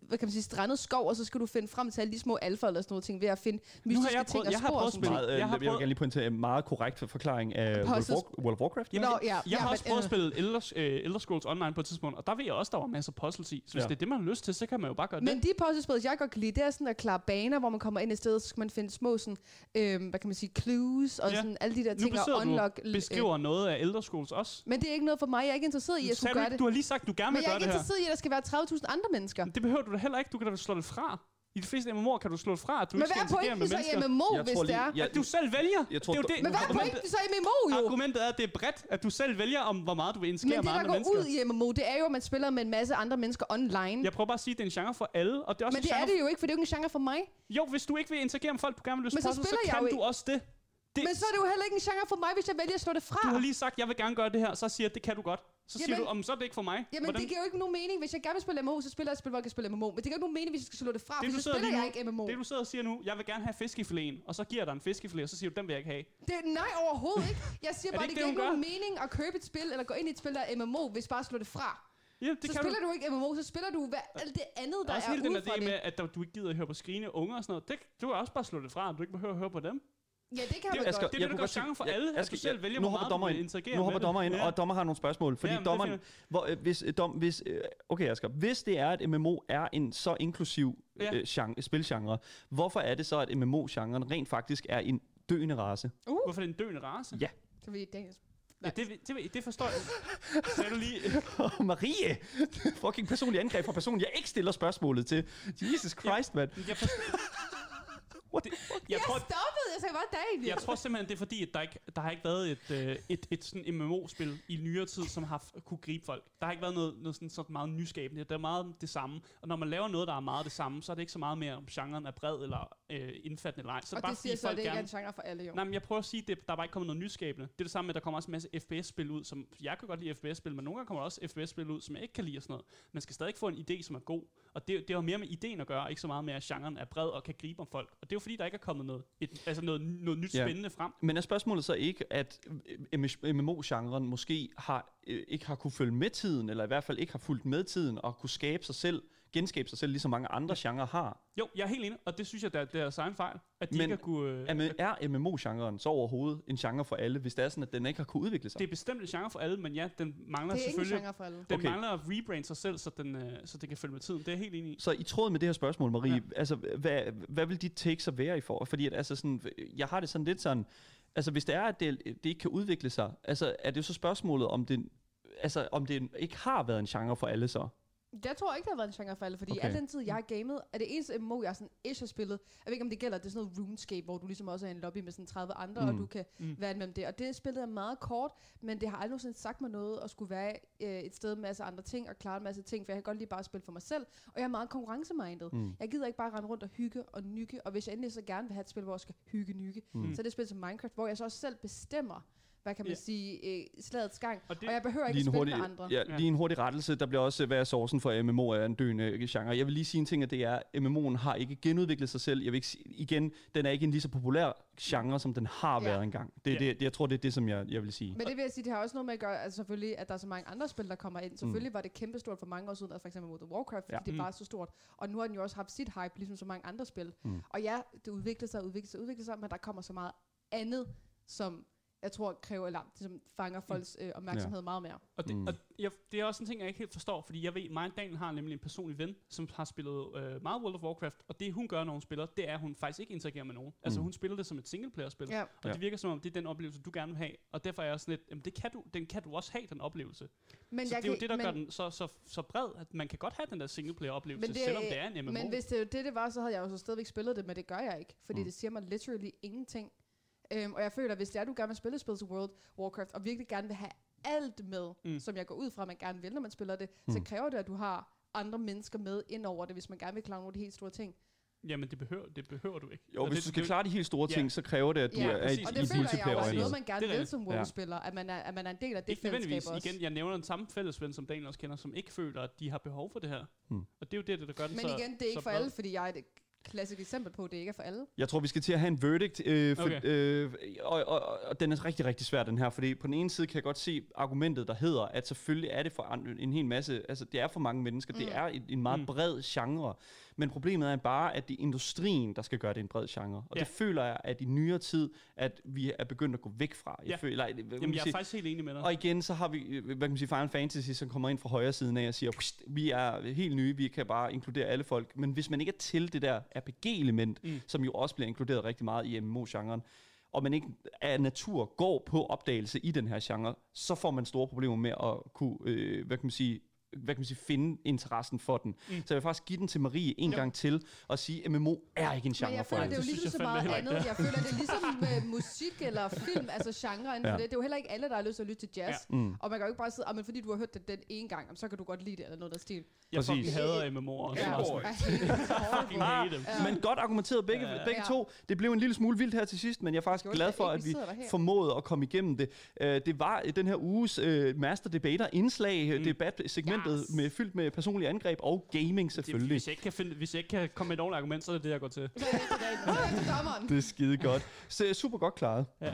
Speaker 3: hvad kan man sige, strandet skov, og så skal du finde frem til alle de små alfa eller sådan noget ting, ved at finde mystiske
Speaker 4: jeg
Speaker 3: ting
Speaker 4: prøvet-
Speaker 3: og
Speaker 4: jeg har
Speaker 3: spor.
Speaker 4: prøvet
Speaker 3: og
Speaker 4: at
Speaker 3: sådan
Speaker 4: spille-
Speaker 3: noget.
Speaker 2: Meget, øh,
Speaker 4: Jeg har
Speaker 2: jeg vil
Speaker 4: prøvet-
Speaker 2: gerne lige pointere en meget korrekt forklaring af World of,
Speaker 3: Puzzles.
Speaker 2: War- World of Warcraft.
Speaker 4: Jamen,
Speaker 3: Nå,
Speaker 4: jeg,
Speaker 3: ja,
Speaker 4: jeg
Speaker 3: ja,
Speaker 4: har også
Speaker 3: men,
Speaker 4: prøvet at
Speaker 3: øh,
Speaker 4: spille Elder, øh, Elder Scrolls Online på et tidspunkt, og der ved jeg også, der var masser af puzzles i. Så hvis
Speaker 2: Ja.
Speaker 4: det er det, man har lyst til, så kan man jo bare gøre
Speaker 3: Men
Speaker 4: det.
Speaker 3: de puzzlespil, jeg godt kan lide, det er sådan at klare baner, hvor man kommer ind et sted, så skal man finde små sådan, øhm, hvad kan man sige, clues og
Speaker 4: Ja.
Speaker 3: sådan alle de der
Speaker 4: Nu
Speaker 3: ting og
Speaker 4: besidder
Speaker 3: unlock.
Speaker 4: du beskriver noget af Elder Scrolls også.
Speaker 3: Men det er ikke noget for mig. Jeg er ikke interesseret i at
Speaker 4: Sagde
Speaker 3: skulle
Speaker 4: du,
Speaker 3: gøre
Speaker 4: ikke,
Speaker 3: det.
Speaker 4: du har lige sagt, at du gerne
Speaker 3: Men
Speaker 4: vil
Speaker 3: jeg er
Speaker 4: gøre
Speaker 3: ikke
Speaker 4: det her.
Speaker 3: interesseret i, at der skal være tredive tusind andre mennesker.
Speaker 4: Det behøver du da heller ikke. Du kan da slå det fra. I de fleste M M O'er kan du slå det fra, at du
Speaker 3: Men
Speaker 4: ikke
Speaker 3: hvad
Speaker 4: skal
Speaker 3: er
Speaker 4: interagere med
Speaker 3: pointen så i
Speaker 4: mennesker.
Speaker 3: M M O,
Speaker 2: Jeg
Speaker 3: hvis
Speaker 2: tror
Speaker 3: det
Speaker 2: lige-
Speaker 3: er?
Speaker 2: jeg-
Speaker 4: At du selv vælger.
Speaker 2: Jeg tror,
Speaker 4: det er jo
Speaker 2: du-
Speaker 4: det.
Speaker 3: Men hvad er
Speaker 2: Argumentet-
Speaker 3: pointen så i M M O, jo?
Speaker 4: Argumentet er, at det er bredt, at du selv vælger, om hvor meget du vil
Speaker 3: Men
Speaker 4: interagere
Speaker 3: det,
Speaker 4: med
Speaker 3: der
Speaker 4: andre
Speaker 3: går
Speaker 4: mennesker.
Speaker 3: ud i M M O, det er jo, at man spiller med en masse andre mennesker online.
Speaker 4: Jeg prøver bare at sige, at det er en genre for alle, og det er også
Speaker 3: Men
Speaker 4: en
Speaker 3: det er
Speaker 4: genre
Speaker 3: det jo ikke, for det er jo ikke en genre for mig.
Speaker 4: Jo, hvis du ikke vil interagere med folk, du gerne vil løse
Speaker 3: Men så
Speaker 4: puzzles, så
Speaker 3: spiller jeg
Speaker 4: kan
Speaker 3: jo
Speaker 4: du
Speaker 3: ikke.
Speaker 4: også det. det.
Speaker 3: Men så er det jo heller ikke en genre for mig, hvis jeg vælger at slå det fra.
Speaker 4: Du har lige sagt, jeg vil gerne gøre det her, så siger jeg, det kan du godt. Så siger
Speaker 3: Jamen-
Speaker 4: du, om så er det ikke for mig.
Speaker 3: Jamen,
Speaker 4: Hvordan?
Speaker 3: det giver jo ikke nogen mening. Hvis jeg gerne vil spille M M O, så spiller jeg et spil, hvor jeg kan spille M M O. Men det giver ikke nogen mening, hvis jeg skal slå det fra,
Speaker 4: Det,
Speaker 3: for
Speaker 4: du
Speaker 3: så
Speaker 4: sidder
Speaker 3: spiller
Speaker 4: lige
Speaker 3: jeg
Speaker 4: nu-
Speaker 3: ikke M M O.
Speaker 4: Det du sidder og siger nu, jeg vil gerne have fiskefiléen, og så giver jeg dig en fiskefilet, og så siger du, den vil jeg ikke have.
Speaker 3: Det, nej, overhovedet ikke. Jeg siger
Speaker 4: det
Speaker 3: bare,
Speaker 4: ikke
Speaker 3: det,
Speaker 4: det,
Speaker 3: giver ikke
Speaker 4: hun
Speaker 3: nogen mening at købe et spil, eller gå ind i et spil, der er M M O, hvis bare slå det fra.
Speaker 4: Ja, det
Speaker 3: Så
Speaker 4: kan
Speaker 3: spiller
Speaker 4: du.
Speaker 3: du ikke M M O, så spiller du hvad, alt det andet, der
Speaker 4: Også
Speaker 3: er
Speaker 4: hele den
Speaker 3: ude
Speaker 4: der
Speaker 3: fra
Speaker 4: idé
Speaker 3: det.
Speaker 4: med, at der- du ikke gider at høre på skrigende unger og sådan noget. Det, du kan også bare slå det fra, at du ikke behøver at høre på dem.
Speaker 3: Ja, det kan
Speaker 4: Det-
Speaker 3: man
Speaker 4: jeg
Speaker 3: godt.
Speaker 4: skal- det er det, der
Speaker 2: kunne
Speaker 4: gør
Speaker 2: godt tænke-
Speaker 4: genre for
Speaker 2: jeg-
Speaker 4: alle,
Speaker 2: jeg
Speaker 4: at
Speaker 2: skal-
Speaker 4: du selv
Speaker 2: jeg-
Speaker 4: vælger,
Speaker 2: nu
Speaker 4: hvor
Speaker 2: hopper
Speaker 4: meget du
Speaker 2: dommer
Speaker 4: vil
Speaker 2: ind.
Speaker 4: interagere
Speaker 2: Nu
Speaker 4: med
Speaker 2: hopper
Speaker 4: det.
Speaker 2: dommer ind,
Speaker 4: Ja.
Speaker 2: og dommer har nogle spørgsmål. Fordi
Speaker 4: Ja, men det
Speaker 2: dommeren...
Speaker 4: finder-
Speaker 2: Hvor, øh, hvis, øh, dom, hvis, øh, okay, Asger. Hvis det er, at M M O er en så inklusiv
Speaker 4: Ja.
Speaker 2: øh, genre, spilgenre, hvorfor er det så, at M M O-genren rent faktisk er en døende race?
Speaker 3: Uh,
Speaker 4: Hvorfor er det en døende race?
Speaker 2: Ja.
Speaker 3: så vil Daniel.
Speaker 4: Ja, det, det, det forstår jeg. Sagde du lige...
Speaker 2: Oh, Marie! Fucking personlig angreb fra personen, jeg ikke stiller spørgsmålet til. Jesus Christ, mand.
Speaker 4: Jeg, forstår,
Speaker 2: What the fuck?
Speaker 4: jeg,
Speaker 3: Jeg
Speaker 4: tror,
Speaker 3: stoppede, jeg sagde bare Daniel.
Speaker 4: jeg tror simpelthen, det er fordi, at der, ikke, der har ikke været et, øh, et, et sådan M M O-spil i nyere tid, som har f- kunne gribe folk. Der har ikke været noget, noget sådan, sådan meget nyskabende. Det er meget det samme. Og når man laver noget, der er meget det samme, så er det ikke så meget mere, om genren er bred eller øh, indfattende eller ej. Så er
Speaker 3: Og
Speaker 4: det bare
Speaker 3: det siger
Speaker 4: fordi,
Speaker 3: så, at
Speaker 4: folk
Speaker 3: det ikke er
Speaker 4: gerne...
Speaker 3: en genre for alle, jo.
Speaker 4: Nej, men jeg prøver at sige, at det, der er bare ikke kommet noget nyskabende. Det er det samme med, at der kommer også en masse F P S-spil ud, som jeg kan godt lide F P S-spil, men nogle gange kommer der også F P S-spil ud, som jeg ikke kan lide og sådan noget. Man skal stadig få en idé, som er god. Og det, det har mere med ideen at gøre, ikke så meget med, at genren er bred og kan gribe om folk. Og det er jo fordi, der ikke er kommet noget, et, altså noget, noget nyt
Speaker 2: Ja.
Speaker 4: spændende frem.
Speaker 2: Men er spørgsmålet så ikke, at M M O-genren måske har, øh, ikke har kunne følge med tiden, eller i hvert fald ikke har fulgt med tiden, og kunne skabe sig selv, genskabe sig selv, ligesom mange andre genrer har?
Speaker 4: Jo, jeg er helt enig, og det synes jeg, der, det er egen fejl, at de
Speaker 2: Men
Speaker 4: ikke har kunne... Øh,
Speaker 2: Er, er M M O-genren så overhovedet en genre for alle, hvis det er sådan, at den ikke har kunne udvikle sig?
Speaker 4: det er bestemt en genre for alle, men ja, den mangler
Speaker 3: Det er ikke en
Speaker 4: selvfølgelig...
Speaker 3: genre for alle.
Speaker 4: Den
Speaker 2: Okay.
Speaker 4: mangler at rebrand sig selv, så den, øh, så det kan følge med tiden. Det er jeg helt enig i.
Speaker 2: Så i tråd med det her spørgsmål, Marie,
Speaker 4: Ja.
Speaker 2: ja. altså, hvad, hvad vil dit take så være i for? Fordi at, altså, sådan, jeg har det sådan lidt sådan, altså hvis det er, at det, det ikke kan udvikle sig, altså er det jo så spørgsmålet, om det, altså, om det ikke har været en genre for alle så?
Speaker 3: Jeg tror ikke, det har været en genre for alle, fordi
Speaker 2: Okay.
Speaker 3: okay. al den tid, jeg har gamet, er det eneste M M O, jeg sådan ish har spillet. Jeg ved ikke, om det gælder, det er sådan noget RuneScape, hvor du ligesom også er i en lobby med sådan tredive andre, mm. og
Speaker 2: Mm.
Speaker 3: du kan
Speaker 4: Mm.
Speaker 3: mm. være med det. Og det spillet er meget kort, men det har aldrig nogensinde sagt mig noget at skulle være øh, et sted med masse andre ting og klare en masse ting, for jeg kan godt lide bare at spille for mig selv, og jeg er meget konkurrencemindet.
Speaker 2: Mm.
Speaker 3: Jeg gider ikke bare rende rundt og hygge og nykke, og hvis jeg endelig så gerne vil have et spil, hvor jeg skal hygge nykke,
Speaker 2: Mm.
Speaker 3: så er det et spil som Minecraft, hvor jeg så også selv bestemmer, hvad kan man
Speaker 4: Ja.
Speaker 3: sige, øh, slagets gang.
Speaker 4: Og det-
Speaker 3: Og jeg behøver ikke
Speaker 2: Lige
Speaker 3: at
Speaker 2: en,
Speaker 3: spille
Speaker 2: hurtig,
Speaker 3: med andre.
Speaker 2: ja,
Speaker 4: Ja.
Speaker 2: lige en hurtig rettelse. Der bliver også, hvad er sourcen for M M O er en døende genre. Jeg vil lige sige en ting, at det er, M M O'en har ikke genudviklet sig selv. Jeg vil ikke sige, igen, den er ikke en lige så populær genre, som den har
Speaker 3: Ja.
Speaker 2: været engang. Det,
Speaker 4: Ja.
Speaker 2: det, jeg tror, det er det, som jeg, jeg vil sige.
Speaker 3: Men det vil jeg sige, det har også noget med at gøre, altså selvfølgelig, at der er så mange andre spil, der kommer ind. Selvfølgelig mm. var det kæmpestort for mange år siden, at for eksempel World of Warcraft, fordi
Speaker 2: Ja.
Speaker 3: ja. det
Speaker 4: Mm.
Speaker 3: var så stort. Og nu har den jo også haft sit hype, ligesom så mange andre spil.
Speaker 2: Mm.
Speaker 3: Og ja, det udvikler sig, udvikler sig, udvikler sig, men der kommer så meget andet, som jeg tror kræver, eller som fanger folks øh, opmærksomhed ja. meget mere.
Speaker 4: Og, det,
Speaker 2: Mm.
Speaker 4: mm. og jeg, det er også en ting, jeg ikke helt forstår, fordi jeg ved, mig og Daniel har nemlig en personlig ven, som har spillet øh, meget World of Warcraft, og det hun gør, når hun spiller, det er, at hun faktisk ikke interagerer med nogen. Altså
Speaker 2: Mm.
Speaker 4: hun spiller det som et singleplayer-spil,
Speaker 3: Ja.
Speaker 4: og
Speaker 2: Ja.
Speaker 4: det virker som om, det er den oplevelse, du gerne vil have, og derfor er jeg sådan lidt, jamen det kan du, den kan du også have, den oplevelse.
Speaker 3: Men
Speaker 4: Så
Speaker 3: jeg
Speaker 4: det er jo
Speaker 3: kan-
Speaker 4: det, der
Speaker 3: men,
Speaker 4: gør den så, så, så bred, at man kan godt have den der singleplayer-oplevelse,
Speaker 3: Men det-
Speaker 4: selvom det er en M M O.
Speaker 3: Men hvis det, det det var, så havde jeg jo så stadigvæk spillet det, men det gør jeg ikke, fordi
Speaker 2: Mm.
Speaker 3: mm. det siger mig literally ingenting. Um, og jeg føler, at hvis det er, du gerne vil spille et spil til World Warcraft, og virkelig gerne vil have alt med,
Speaker 4: Mm.
Speaker 3: mm. som jeg går ud fra, at man gerne vil, når man spiller det,
Speaker 2: Mm.
Speaker 3: så kræver det, at du har andre mennesker med ind over det, hvis man gerne vil klare nogle af de helt store ting.
Speaker 4: Jamen det behøver, det behøver du ikke.
Speaker 2: Jo,
Speaker 4: Og
Speaker 2: hvis
Speaker 4: det,
Speaker 2: du skal
Speaker 4: det,
Speaker 2: klare de helt store
Speaker 4: Ja.
Speaker 2: ting, så kræver det, at du
Speaker 3: Ja,
Speaker 2: er, er
Speaker 4: præcis.
Speaker 2: i,
Speaker 3: Og
Speaker 2: i
Speaker 3: det føler jeg jo også er
Speaker 2: multiplayer-orienteret.
Speaker 3: noget, man gerne
Speaker 4: Det er
Speaker 3: vil
Speaker 4: rigtigt.
Speaker 3: som WoW-spiller, at man, er, at man er en del af det
Speaker 4: Ikke nødvendigvis.
Speaker 3: fællesskab også.
Speaker 4: Igen, jeg nævner den samme fællesven, som Daniel også kender, som ikke føler, at de har behov for det her.
Speaker 2: Hmm.
Speaker 4: Og det er jo det, der gør den
Speaker 3: Men
Speaker 4: så
Speaker 3: igen, det er ikke
Speaker 4: så
Speaker 3: for
Speaker 4: bred.
Speaker 3: alle, fordi jeg er det klassisk eksempel på, at det ikke er for alle.
Speaker 2: Jeg tror, vi skal til at have en verdict, øh, for,
Speaker 4: Okay.
Speaker 2: øh, og, og, og den er rigtig, rigtig svær, den her, fordi på den ene side kan jeg godt se argumentet, der hedder, at selvfølgelig er det for en, en hel masse, altså det er for mange mennesker, mm. det er en, en meget
Speaker 4: Mm.
Speaker 2: bred genre, men problemet er bare, at det er industrien, der skal gøre det en bred genre, og
Speaker 4: Ja.
Speaker 2: det føler jeg, at i nyere tid, at vi er begyndt at gå væk fra. Jeg
Speaker 4: Ja.
Speaker 2: føler, hvad kan
Speaker 4: Jamen,
Speaker 2: man
Speaker 4: jeg er
Speaker 2: sige?
Speaker 4: faktisk helt enig med dig.
Speaker 2: Og igen, så har vi, øh, hvad kan man sige, Final Fantasy, som kommer ind fra højre siden af og siger, "Pst, vi er helt nye, vi kan bare inkludere alle folk." Men hvis man ikke er til det der R P G-element,
Speaker 4: Mm.
Speaker 2: som jo også bliver inkluderet rigtig meget i M M O-genren, og man ikke af natur går på opdagelse i den her genre, så får man store problemer med at kunne, øh, hvad kan man sige, hvad kan man sige, finde interessen for den. Mm. Så jeg vil faktisk give den til Marie en
Speaker 4: Jo.
Speaker 2: gang til, og sige, at M M O er ikke en
Speaker 3: Men
Speaker 2: genre
Speaker 3: jeg
Speaker 2: for
Speaker 3: føler,
Speaker 2: alle.
Speaker 3: det er jo
Speaker 4: Det
Speaker 3: ligesom
Speaker 4: synes
Speaker 3: så
Speaker 4: jeg
Speaker 3: meget
Speaker 4: fandme heller
Speaker 3: andet. Jeg føler, det er ligesom med musik eller film, altså genre inden
Speaker 2: Ja.
Speaker 3: for det. Det er jo heller ikke alle, der har lyst til at lytte til jazz.
Speaker 2: Ja. Mm.
Speaker 3: Og man kan jo ikke bare sige, ah, men fordi du har hørt det den ene gang, så kan du godt lide det, eller noget der stil.
Speaker 4: Jeg
Speaker 2: Præcis.
Speaker 4: fucking hader M M O'er. og sådan
Speaker 3: Ja.
Speaker 4: noget.
Speaker 1: Boys.
Speaker 3: Ej, det er
Speaker 4: Fucking
Speaker 3: horrible.
Speaker 4: hate dem.
Speaker 3: Ja.
Speaker 2: Men godt argumenteret begge,
Speaker 4: Ja.
Speaker 2: begge
Speaker 3: Ja.
Speaker 2: to. Det blev en lille smule vildt her til sidst, men jeg er faktisk
Speaker 3: Gjorde
Speaker 2: glad
Speaker 3: det
Speaker 2: for,
Speaker 3: ikke?
Speaker 2: at
Speaker 3: Vi
Speaker 2: vi
Speaker 3: sidder der her.
Speaker 2: formåede at komme igennem det. Uh, det var den her uges uh, Master Debater indslag,
Speaker 4: Mm.
Speaker 2: mm. debat-segmentet
Speaker 3: Yes.
Speaker 2: med, fyldt med personlige angreb og gaming
Speaker 4: Det,
Speaker 2: selvfølgelig.
Speaker 4: hvis, jeg ikke kan finde, hvis jeg ikke kan komme med et ordentligt argument, så er det det, jeg går til.
Speaker 3: Så er det til dagen. Så er det til dommeren.
Speaker 2: Det er skide godt. Så super godt klaret.
Speaker 4: Ja.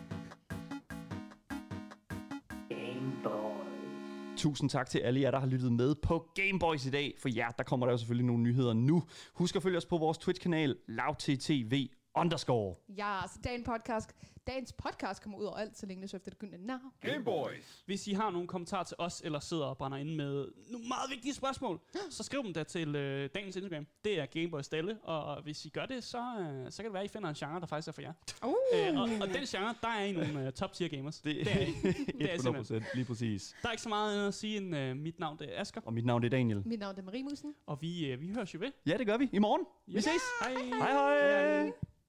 Speaker 2: Tusind tak til alle jer, der har lyttet med på Gameboys i dag. For jer, der kommer der jo selvfølgelig nogle nyheder nu. Husk at følge os på vores Twitch-kanal, lavttv underscore.
Speaker 3: Ja, så dagens podcast, dagens podcast kommer ud over alt, så længe det så efter det gyldne navn.
Speaker 1: Game Boys.
Speaker 4: Hvis I har nogle kommentarer til os, eller sidder og brænder inde med nogle meget vigtige spørgsmål, så skriv dem da til øh, dagens Instagram. Det er Gameboys Dalle, og hvis I gør det, så, øh, så kan det være, at I finder en genre, der faktisk er for jer.
Speaker 3: Uh.
Speaker 4: Øh, og, og den genre, der er I nogle øh, top tier gamers. Det, det er I. Det er I
Speaker 2: hundrede
Speaker 4: simpelthen.
Speaker 2: procent, lige præcis.
Speaker 4: Der er ikke så meget andet at sige end øh, mit navn, det er Asger,
Speaker 2: Og mit navn det er Daniel.
Speaker 3: Mit navn er Marie Musen.
Speaker 4: og vi, øh, vi høres jo ved.
Speaker 2: Ja, det gør vi. I morgen. Vi
Speaker 4: Ja.
Speaker 2: ses.
Speaker 4: Hej.
Speaker 2: Hej hej.
Speaker 4: Hej, hej.